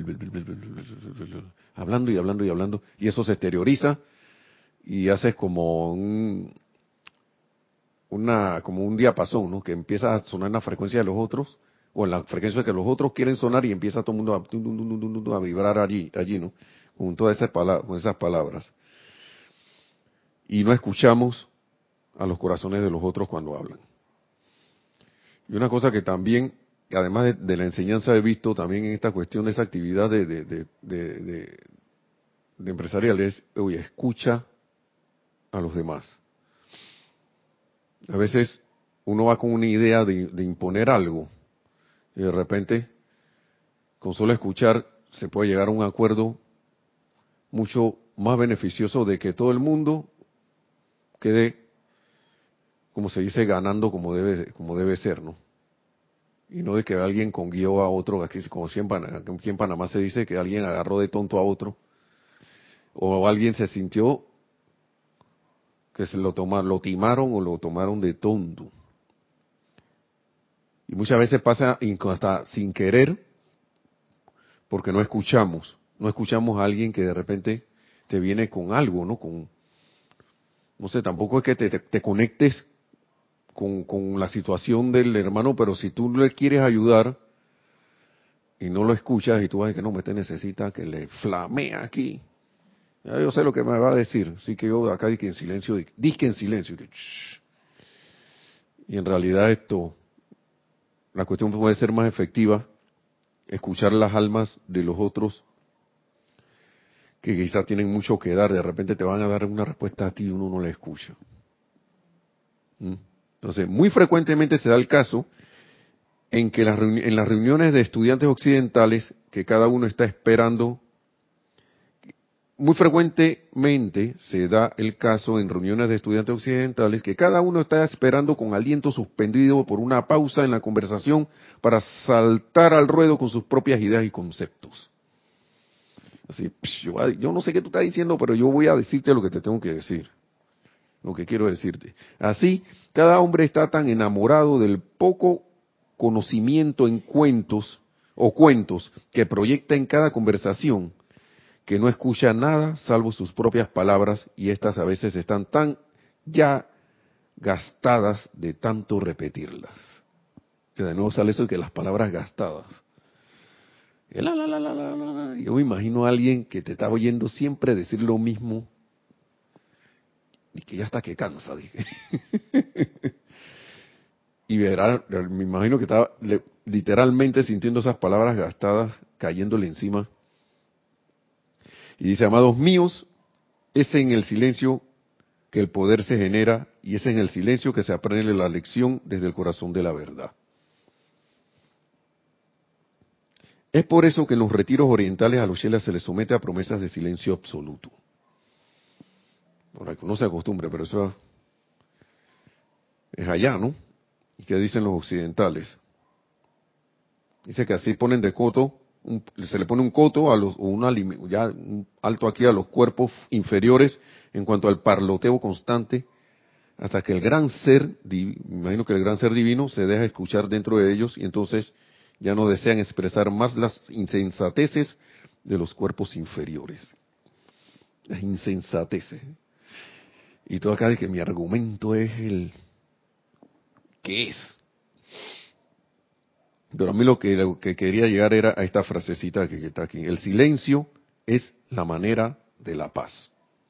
A: hablando y hablando y hablando, y eso se exterioriza y haces como como un diapasón, ¿no? Que empieza a sonar en la frecuencia de los otros, o en la frecuencia que los otros quieren sonar y empieza todo el mundo a vibrar allí, ¿no? Con todas con esas palabras. Y no escuchamos a los corazones de los otros cuando hablan. Y una cosa que también, además de la enseñanza he visto también en esta cuestión de esa actividad de empresarial es, oye, escucha a los demás. A veces uno va con una idea de imponer algo y de repente, con solo escuchar, se puede llegar a un acuerdo mucho más beneficioso de que todo el mundo quede, como se dice, ganando como debe ser, ¿no? Y no de que alguien conguió a otro, aquí, como aquí en Panamá se dice que alguien agarró de tonto a otro, o alguien se sintió que lo timaron o lo tomaron de tonto. Y muchas veces pasa hasta sin querer, porque no escuchamos a alguien que de repente te viene con algo, ¿no? No sé, tampoco es que te conectes con la situación del hermano, pero si tú le quieres ayudar y no lo escuchas y tú vas a decir que no, te necesita que le flamea aquí. Ya yo sé lo que me va a decir, así que yo acá dije en silencio, dije en silencio, y en realidad la cuestión puede ser más efectiva, escuchar las almas de los otros que quizás tienen mucho que dar, de repente te van a dar una respuesta a ti y uno no la escucha. ¿Mm? Entonces, muy frecuentemente se da el caso en que en las reuniones de estudiantes occidentales, que cada uno está esperando, muy frecuentemente se da el caso en reuniones de estudiantes occidentales, que cada uno está esperando con aliento suspendido por una pausa en la conversación para saltar al ruedo con sus propias ideas y conceptos. Así, yo no sé qué tú estás diciendo, pero yo voy a decirte lo que te tengo que decir, lo que quiero decirte. Así, cada hombre está tan enamorado del poco conocimiento en cuentos que proyecta en cada conversación que no escucha nada salvo sus propias palabras, y estas a veces están tan ya gastadas de tanto repetirlas. O sea, de nuevo sale eso de que las palabras gastadas. Yo me imagino a alguien que te está oyendo siempre decir lo mismo y que ya hasta que cansa, dije. Y verá, me imagino que estaba literalmente sintiendo esas palabras gastadas cayéndole encima. Y dice, amados míos, es en el silencio que el poder se genera, y es en el silencio que se aprende la lección desde el corazón de la verdad. Es por eso que en los retiros orientales a los chelas se les somete a promesas de silencio absoluto. Ahora, que no se acostumbre, pero eso es allá, ¿no? ¿Y qué dicen los occidentales? Dice que así ponen de coto, se le pone un coto ya un alto aquí a los cuerpos inferiores en cuanto al parloteo constante, hasta que el gran ser, me imagino que el gran ser divino se deja escuchar dentro de ellos, y entonces ya no desean expresar más las insensateces de los cuerpos inferiores. Las insensateces. Y todo acá de que mi argumento es ¿qué es? Pero a mí lo que quería llegar era a esta frasecita que está aquí. El silencio es la manera de la paz.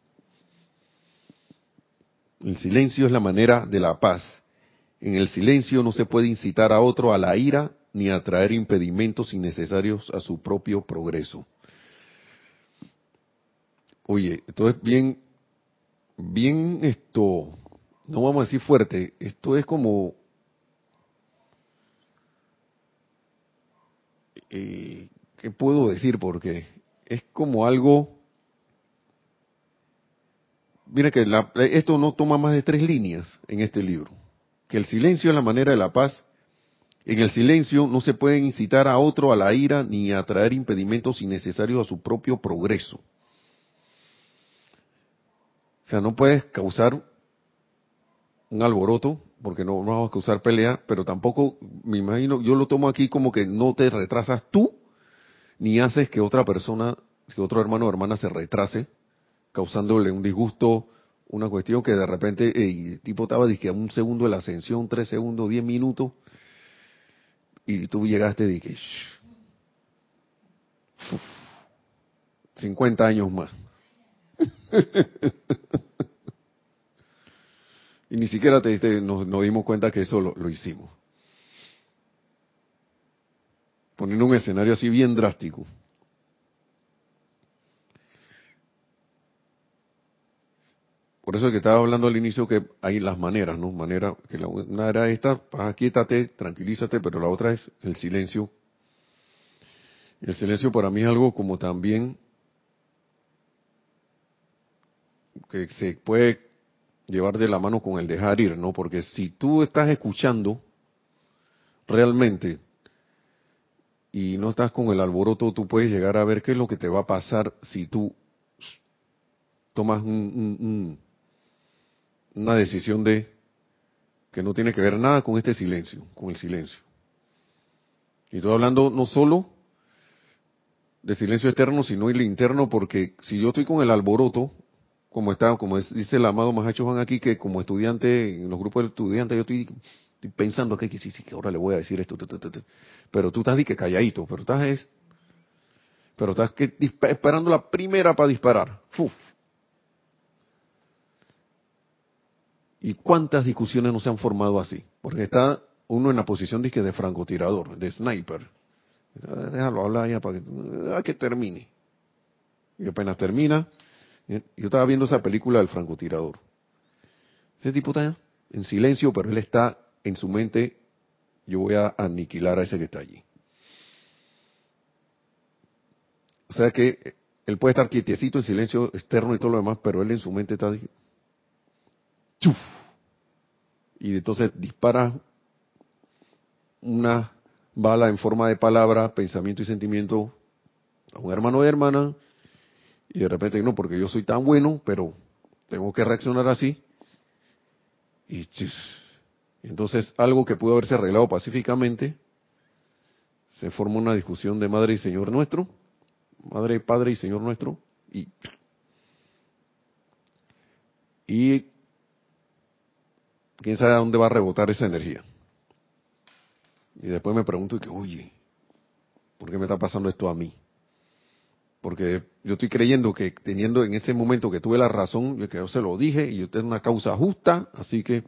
A: El silencio es la manera de la paz. En el silencio no se puede incitar a otro a la ira ni a traer impedimentos innecesarios a su propio progreso. Oye, esto es bien no vamos a decir fuerte, esto es como, ¿qué puedo decir? Porque es como algo, mira que esto no toma más de 3 líneas en este libro, que el silencio es la manera de la paz. En el silencio no se puede incitar a otro a la ira ni a traer impedimentos innecesarios a su propio progreso. O sea, no puedes causar un alboroto, porque no vamos a causar pelea, pero tampoco, me imagino, yo lo tomo aquí como que no te retrasas tú, ni haces que otra persona, que otro hermano o hermana se retrase, causándole un disgusto, una cuestión que de repente, el tipo estaba dije, a un segundo de la ascensión, 3 segundos, 10 minutos, y tú llegaste y dije, 50 años más. Y ni siquiera nos dimos cuenta que eso lo hicimos. Poniendo un escenario así bien drástico. Por eso que estaba hablando al inicio que hay las maneras, ¿no? Una era esta, quítate, tranquilízate, pero la otra es el silencio. El silencio para mí es algo como también que se puede llevar de la mano con el dejar ir, ¿no? Porque si tú estás escuchando realmente y no estás con el alboroto, tú puedes llegar a ver qué es lo que te va a pasar si tú tomas una decisión de que no tiene que ver nada con este silencio, con el silencio. Y estoy hablando no solo de silencio externo, sino el interno, porque si yo estoy con el alboroto, dice el amado Mahacho Juan aquí, que como estudiante, en los grupos de estudiantes, yo estoy pensando que sí, que ahora le voy a decir esto, pero tú estás que calladito, pero estás esperando la primera para disparar. ¡Fuf! ¿Y cuántas discusiones no se han formado así? Porque está uno en la posición de francotirador, de sniper. Déjalo hablar ya para que termine. Y apenas termina, yo estaba viendo esa película del francotirador. Ese tipo está en silencio, pero él está en su mente, yo voy a aniquilar a ese que está allí. O sea que él puede estar quietecito en silencio externo y todo lo demás, pero él en su mente está ¡chuf! Y entonces dispara una bala en forma de palabra, pensamiento y sentimiento a un hermano o hermana, y de repente no, porque yo soy tan bueno, pero tengo que reaccionar así, y chis. Entonces algo que pudo haberse arreglado pacíficamente, se forma una discusión de madre y señor nuestro, madre, padre y señor nuestro, y quién sabe a dónde va a rebotar esa energía. Y después me pregunto, oye, ¿por qué me está pasando esto a mí? Porque yo estoy creyendo que teniendo en ese momento que tuve la razón, que yo se lo dije y yo tengo una causa justa, así que...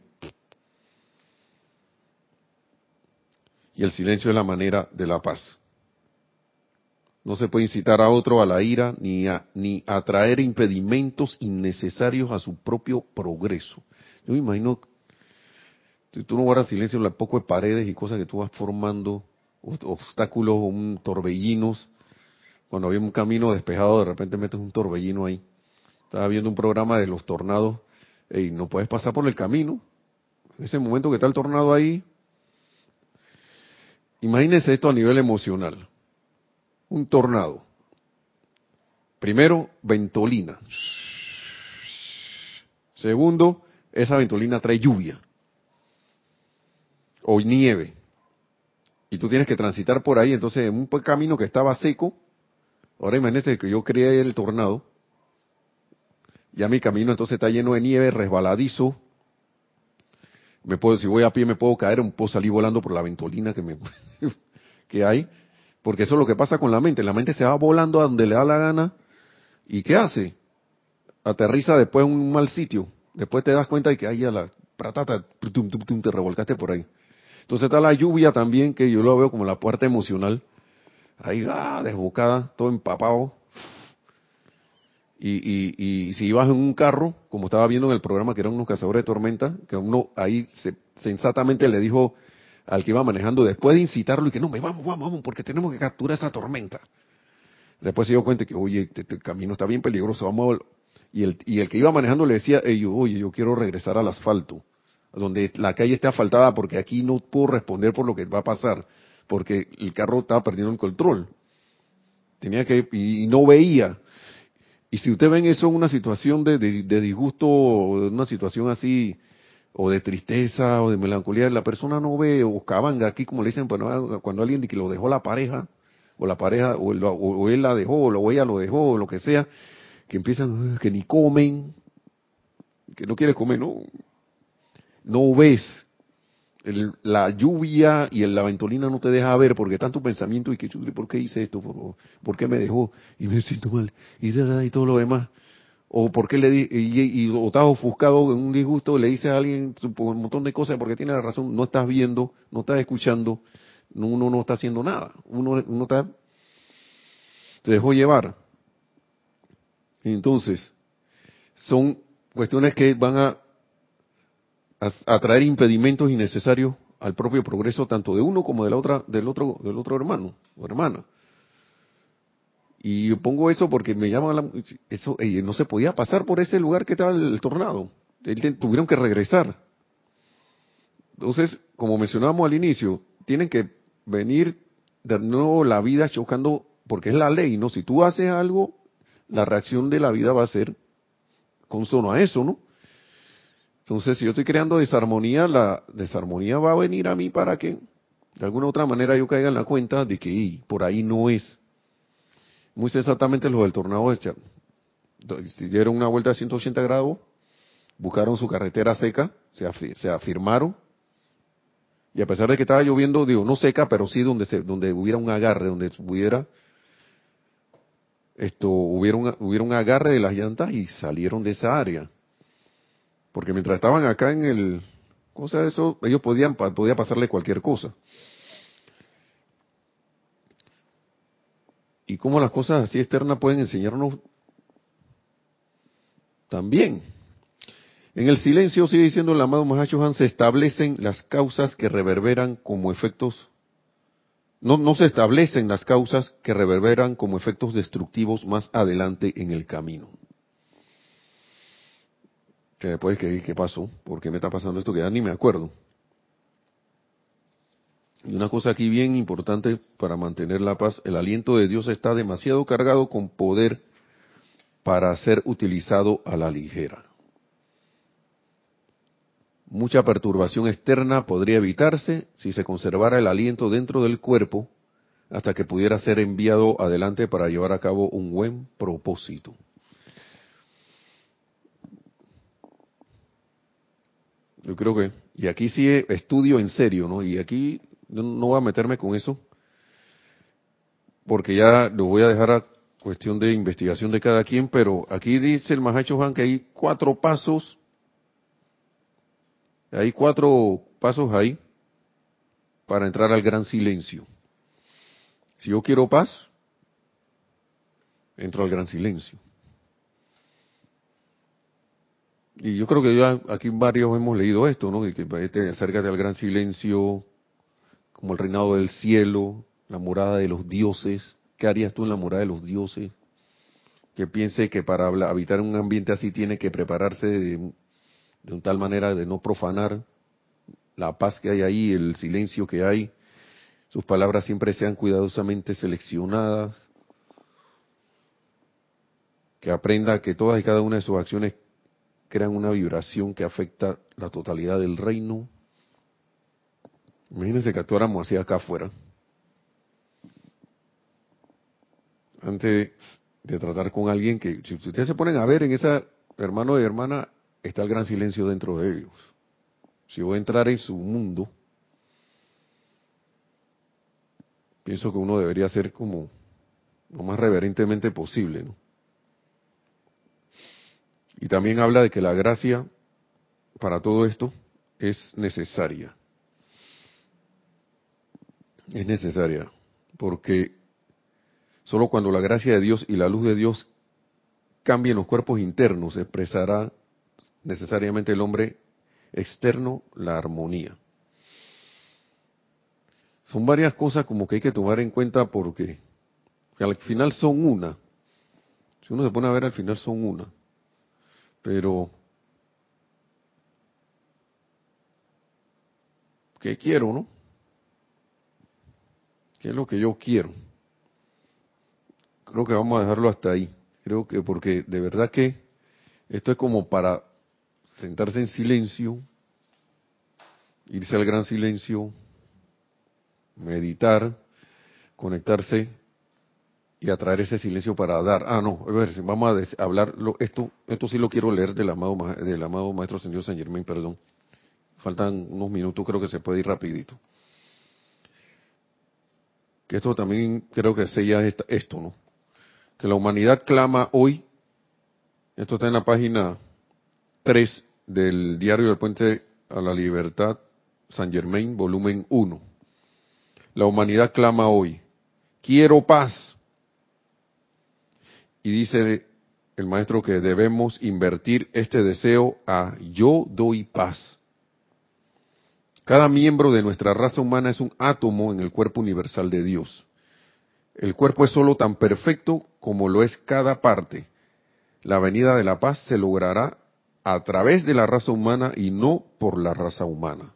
A: Y el silencio es la manera de la paz. No se puede incitar a otro a la ira ni a traer impedimentos innecesarios a su propio progreso. Yo me imagino, si tú no guardas silencio, las poco de paredes y cosas que tú vas formando, obstáculos o torbellinos. Cuando había un camino despejado, de repente metes un torbellino ahí. Estaba viendo un programa de los tornados y no puedes pasar por el camino. En ese momento que está el tornado ahí, imagínense esto a nivel emocional. Un tornado. Primero, ventolina. Segundo, esa ventolina trae lluvia o nieve. Y tú tienes que transitar por ahí, entonces en un camino que estaba seco, ahora imagínense que yo creé el tornado, ya mi camino entonces está lleno de nieve, resbaladizo, si voy a pie me puedo caer, puedo salir volando por la ventolina que hay, porque eso es lo que pasa con la mente se va volando a donde le da la gana, ¿y qué hace? Aterriza después en un mal sitio, después te das cuenta de que ahí a la pratata, te revolcaste por ahí. Entonces está la lluvia también, que yo lo veo como la puerta emocional, ahí desbocada, todo empapado. Y si ibas en un carro, como estaba viendo en el programa que eran unos cazadores de tormenta, que uno ahí sensatamente le dijo al que iba manejando, después de incitarlo, y que no, vamos, porque tenemos que capturar esa tormenta. Después se dio cuenta que, oye, este camino está bien peligroso, vamos y el que iba manejando le decía, oye, yo quiero regresar al asfalto, donde la calle esté asfaltada, porque aquí no puedo responder por lo que va a pasar, porque el carro estaba perdiendo el control. Y no veía. Y si usted ven eso en una situación de disgusto, o una situación así, o de tristeza, o de melancolía, la persona no ve, o cabanga, aquí como le dicen, cuando alguien que lo dejó la pareja, o él la dejó, o ella lo dejó, o lo que sea, que empiezan, que ni comen, que no quiere comer, no ves. La lluvia y la ventolina no te deja ver porque tanto pensamiento y que ¿por qué hice esto? ¿Por qué me dejó? Y me siento mal. Y todo lo demás. O por qué le di, o estás ofuscado en un disgusto, le dices a alguien un montón de cosas porque tiene la razón, no estás viendo, no estás escuchando, uno no está haciendo nada, uno te dejó llevar. Entonces, son cuestiones que van a traer impedimentos innecesarios al propio progreso tanto de uno como del otro hermano o hermana. Y yo pongo eso porque me llama eso, no se podía pasar por ese lugar que estaba el tornado. Tuvieron que regresar. Entonces, como mencionábamos al inicio, tienen que venir de nuevo la vida chocando, porque es la ley, ¿no? Si tú haces algo, la reacción de la vida va a ser consono a eso, ¿no? Entonces, si yo estoy creando desarmonía, la desarmonía va a venir a mí para que, de alguna u otra manera, yo caiga en la cuenta de que por ahí no es. Muy exactamente lo del tornado de dieron una vuelta de 180 grados, buscaron su carretera seca, se afirmaron, y a pesar de que estaba lloviendo, digo, no seca, pero sí donde hubiera un agarre, donde hubiera un agarre de las llantas y salieron de esa área. Porque mientras estaban acá en el, ¿cómo se llama eso? Ellos podía pasarle cualquier cosa. Y cómo las cosas así externas pueden enseñarnos también. En el silencio, sigue diciendo el amado Mahacho Han, se establecen las causas que reverberan como efectos. No se establecen las causas que reverberan como efectos destructivos más adelante en el camino. Que después, ¿qué pasó? ¿Por qué me está pasando esto? Que ya ni me acuerdo. Y una cosa aquí bien importante para mantener la paz, el aliento de Dios está demasiado cargado con poder para ser utilizado a la ligera. Mucha perturbación externa podría evitarse si se conservara el aliento dentro del cuerpo hasta que pudiera ser enviado adelante para llevar a cabo un buen propósito. Yo creo que, y aquí sí estudio en serio, ¿no? Y aquí no voy a meterme con eso, porque ya lo voy a dejar a cuestión de investigación de cada quien, pero aquí dice el Mahacho Han que hay 4 pasos. Hay 4 pasos ahí para entrar al gran silencio. Si yo quiero paz, entro al gran silencio. Y yo creo que ya aquí varios hemos leído esto, ¿no? Que acércate al gran silencio, como el reinado del cielo, la morada de los dioses. ¿Qué harías tú en la morada de los dioses? Que piense que para habitar en un ambiente así tiene que prepararse de tal manera de no profanar la paz que hay ahí, el silencio que hay. Sus palabras siempre sean cuidadosamente seleccionadas. Que aprenda que todas y cada una de sus acciones crean una vibración que afecta la totalidad del reino. Imagínense que actuáramos así acá afuera. Antes de tratar con alguien que, si ustedes se ponen a ver en esa hermano y hermana, está el gran silencio dentro de ellos. Si voy a entrar en su mundo, pienso que uno debería ser como lo más reverentemente posible, ¿no? Y también habla de que la gracia para todo esto es necesaria. Es necesaria, porque solo cuando la gracia de Dios y la luz de Dios cambien los cuerpos internos, expresará necesariamente el hombre externo la armonía. Son varias cosas como que hay que tomar en cuenta porque al final son una. Si uno se pone a ver, al final son una. Pero, ¿qué quiero, no? ¿Qué es lo que yo quiero? Creo que vamos a dejarlo hasta ahí. Creo que porque de verdad que esto es como para sentarse en silencio, irse al gran silencio, meditar, conectarse y atraer ese silencio para dar. No, a ver, vamos a hablar, esto sí lo quiero leer del amado Maestro Ascendido Saint Germain, perdón. Faltan unos minutos, creo que se puede ir rapidito. Que esto también creo que sella esto, ¿no? Que la humanidad clama hoy, esto está en la página 3 del Diario del Puente a la Libertad, Saint Germain, volumen 1. La humanidad clama hoy, quiero paz. Y dice el maestro que debemos invertir este deseo a yo doy paz. Cada miembro de nuestra raza humana es un átomo en el cuerpo universal de Dios. El cuerpo es solo tan perfecto como lo es cada parte. La venida de la paz se logrará a través de la raza humana y no por la raza humana.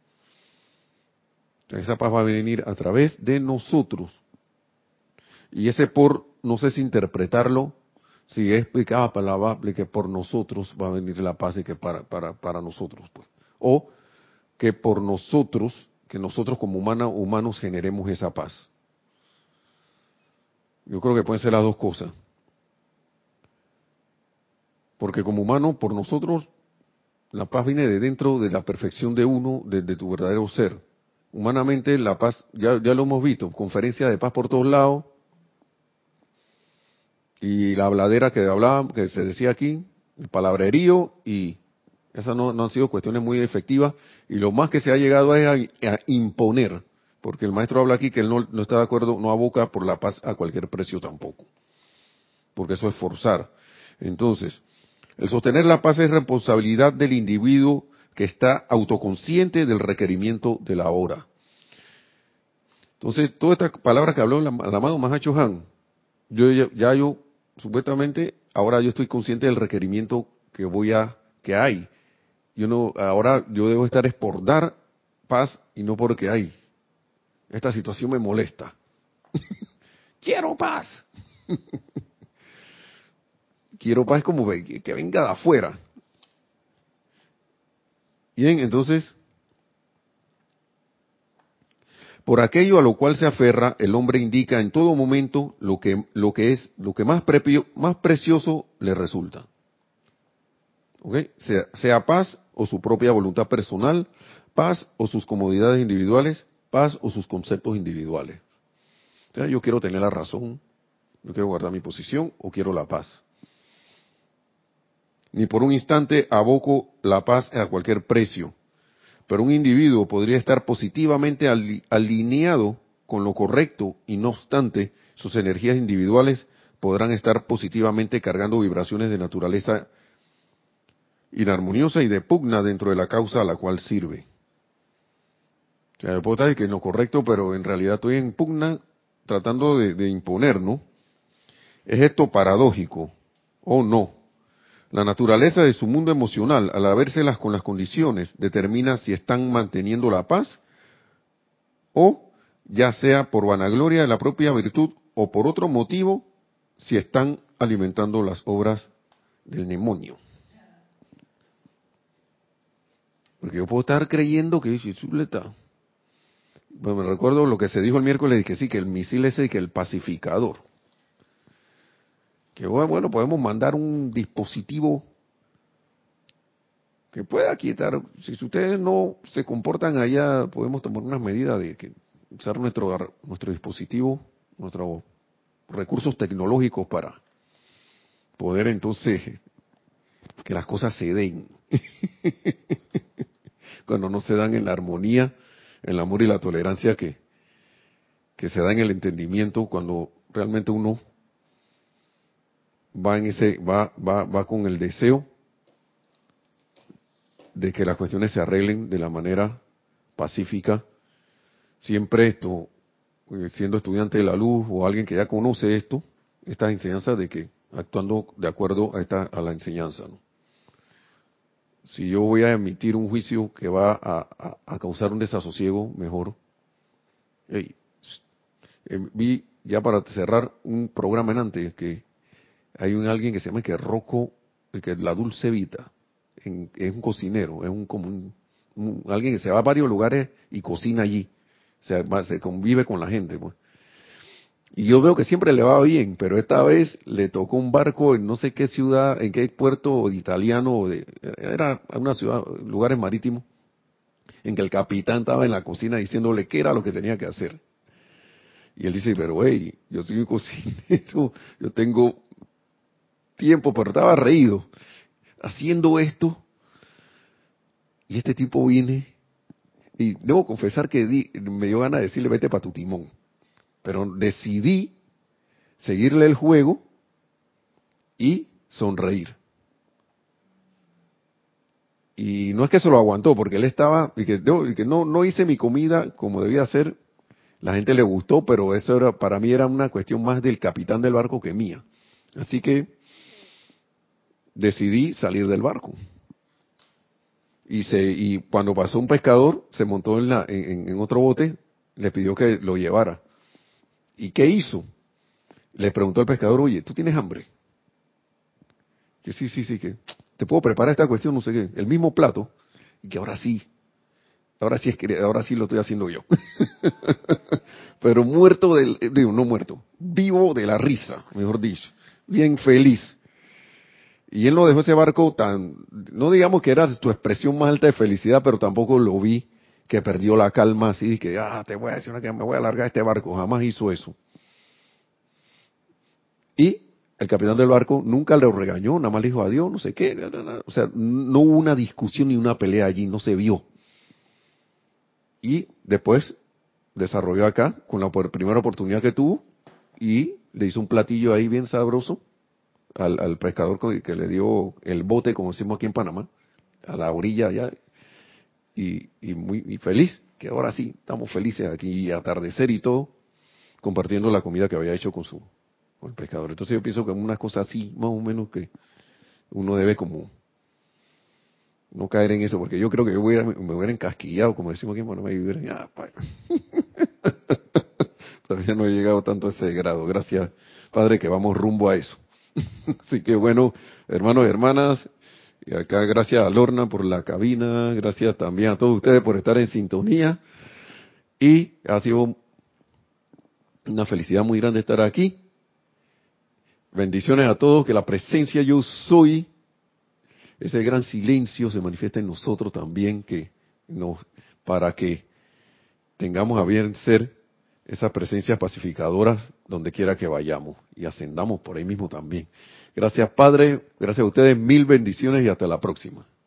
A: Esa paz va a venir a través de nosotros. Y ese por, no sé si interpretarlo, si es explicada palabra, que por nosotros va a venir la paz y que para nosotros, pues. O que por nosotros, que nosotros como humanos generemos esa paz. Yo creo que pueden ser las dos cosas. Porque como humano, por nosotros, la paz viene de dentro de la perfección de uno, de tu verdadero ser. Humanamente, la paz, ya lo hemos visto, conferencia de paz por todos lados, y la habladera que hablaba, que se decía aquí, el palabrerío, y esas no han sido cuestiones muy efectivas, y lo más que se ha llegado es a imponer, porque el maestro habla aquí que él no está de acuerdo, no aboca por la paz a cualquier precio tampoco, porque eso es forzar. Entonces, el sostener la paz es responsabilidad del individuo que está autoconsciente del requerimiento de la hora. Entonces, todas estas palabras que habló el amado Mahacho Han, yo supuestamente, ahora yo estoy consciente del requerimiento que hay. Ahora yo debo estar es por dar paz y no porque hay. Esta situación me molesta. Quiero paz. Quiero paz como que venga de afuera. Bien, entonces, por aquello a lo cual se aferra, el hombre indica en todo momento lo que más precioso le resulta. ¿Okay? Sea paz o su propia voluntad personal, paz o sus comodidades individuales, paz o sus conceptos individuales. O sea, yo quiero tener la razón, yo quiero guardar mi posición o quiero la paz. Ni por un instante aboco la paz a cualquier precio, pero un individuo podría estar positivamente alineado con lo correcto y no obstante sus energías individuales podrán estar positivamente cargando vibraciones de naturaleza inarmoniosa y de pugna dentro de la causa a la cual sirve. O sea, yo puedo estar que es lo correcto, pero en realidad estoy en pugna tratando de imponer, ¿no? ¿Es esto paradójico o no? La naturaleza de su mundo emocional, al habérselas con las condiciones, determina si están manteniendo la paz o, ya sea por vanagloria de la propia virtud o por otro motivo, si están alimentando las obras del demonio. Porque yo puedo estar creyendo que bueno, me recuerdo lo que se dijo el miércoles, que sí, que el misil ese, que el pacificador. Que bueno, podemos mandar un dispositivo que pueda quitar, si ustedes no se comportan allá, podemos tomar unas medidas de que usar nuestro dispositivo, nuestros recursos tecnológicos para poder entonces que las cosas se den. Cuando no se dan en la armonía, en el amor y la tolerancia que se da en el entendimiento, cuando realmente uno va con el deseo de que las cuestiones se arreglen de la manera pacífica, siempre siendo estudiante de la luz o alguien que ya conoce estas enseñanzas de que actuando de acuerdo a la enseñanza, ¿no? Si yo voy a emitir un juicio que va a causar un desasosiego, mejor. Hey, vi ya para cerrar un programa en antes que hay alguien que se llama que Rocco, que la Dulce Vita, es un cocinero, es alguien que se va a varios lugares y cocina allí, se convive con la gente, pues. Y yo veo que siempre le va bien, pero esta vez le tocó un barco en no sé qué ciudad, en qué puerto italiano, era una ciudad, lugares marítimos, en que el capitán estaba en la cocina diciéndole qué era lo que tenía que hacer. Y él dice, pero hey, yo soy un cocinero, yo tengo tiempo, pero estaba reído haciendo esto. Y este tipo viene, y debo confesar que me dio ganas de decirle, vete para tu timón. Pero decidí seguirle el juego y sonreír. Y no es que se lo aguantó, porque él estaba, y que no hice mi comida como debía hacer, la gente le gustó, pero eso para mí era una cuestión más del capitán del barco que mía. Así que decidí salir del barco. Y cuando pasó un pescador, se montó en otro bote, le pidió que lo llevara. ¿Y qué hizo? Le preguntó al pescador, oye, ¿tú tienes hambre? Que sí, que te puedo preparar esta cuestión, no sé qué, el mismo plato, y que ahora sí ahora sí lo estoy haciendo yo. Pero muerto digo, no muerto, vivo de la risa, mejor dicho, bien feliz. Y él no dejó ese barco no digamos que era su expresión más alta de felicidad, pero tampoco lo vi que perdió la calma así, que te voy a decir que me voy a largar de este barco, jamás hizo eso. Y el capitán del barco nunca le regañó, nada más le dijo adiós, no sé qué, o sea, no hubo una discusión ni una pelea allí, no se vio. Y después desarrolló acá, con la primera oportunidad que tuvo, y le hizo un platillo ahí bien sabroso al pescador que le dio el bote, como decimos aquí en Panamá, a la orilla allá, y muy feliz, que ahora sí, estamos felices aquí, atardecer y todo, compartiendo la comida que había hecho con el pescador. Entonces yo pienso que unas cosas así, más o menos, que uno debe como no caer en eso, porque yo creo que yo me hubiera encasquillado, como decimos aquí en Panamá, y todavía no he llegado tanto a ese grado. Gracias, Padre, que vamos rumbo a eso. Así que bueno, hermanos y hermanas, y acá gracias a Lorna por la cabina, gracias también a todos ustedes por estar en sintonía, y ha sido una felicidad muy grande estar aquí. Bendiciones a todos, que la presencia yo soy, ese gran silencio se manifiesta en nosotros también, para que tengamos a bien ser esas presencias pacificadoras donde quiera que vayamos y ascendamos por ahí mismo también. Gracias, Padre, gracias a ustedes, mil bendiciones y hasta la próxima.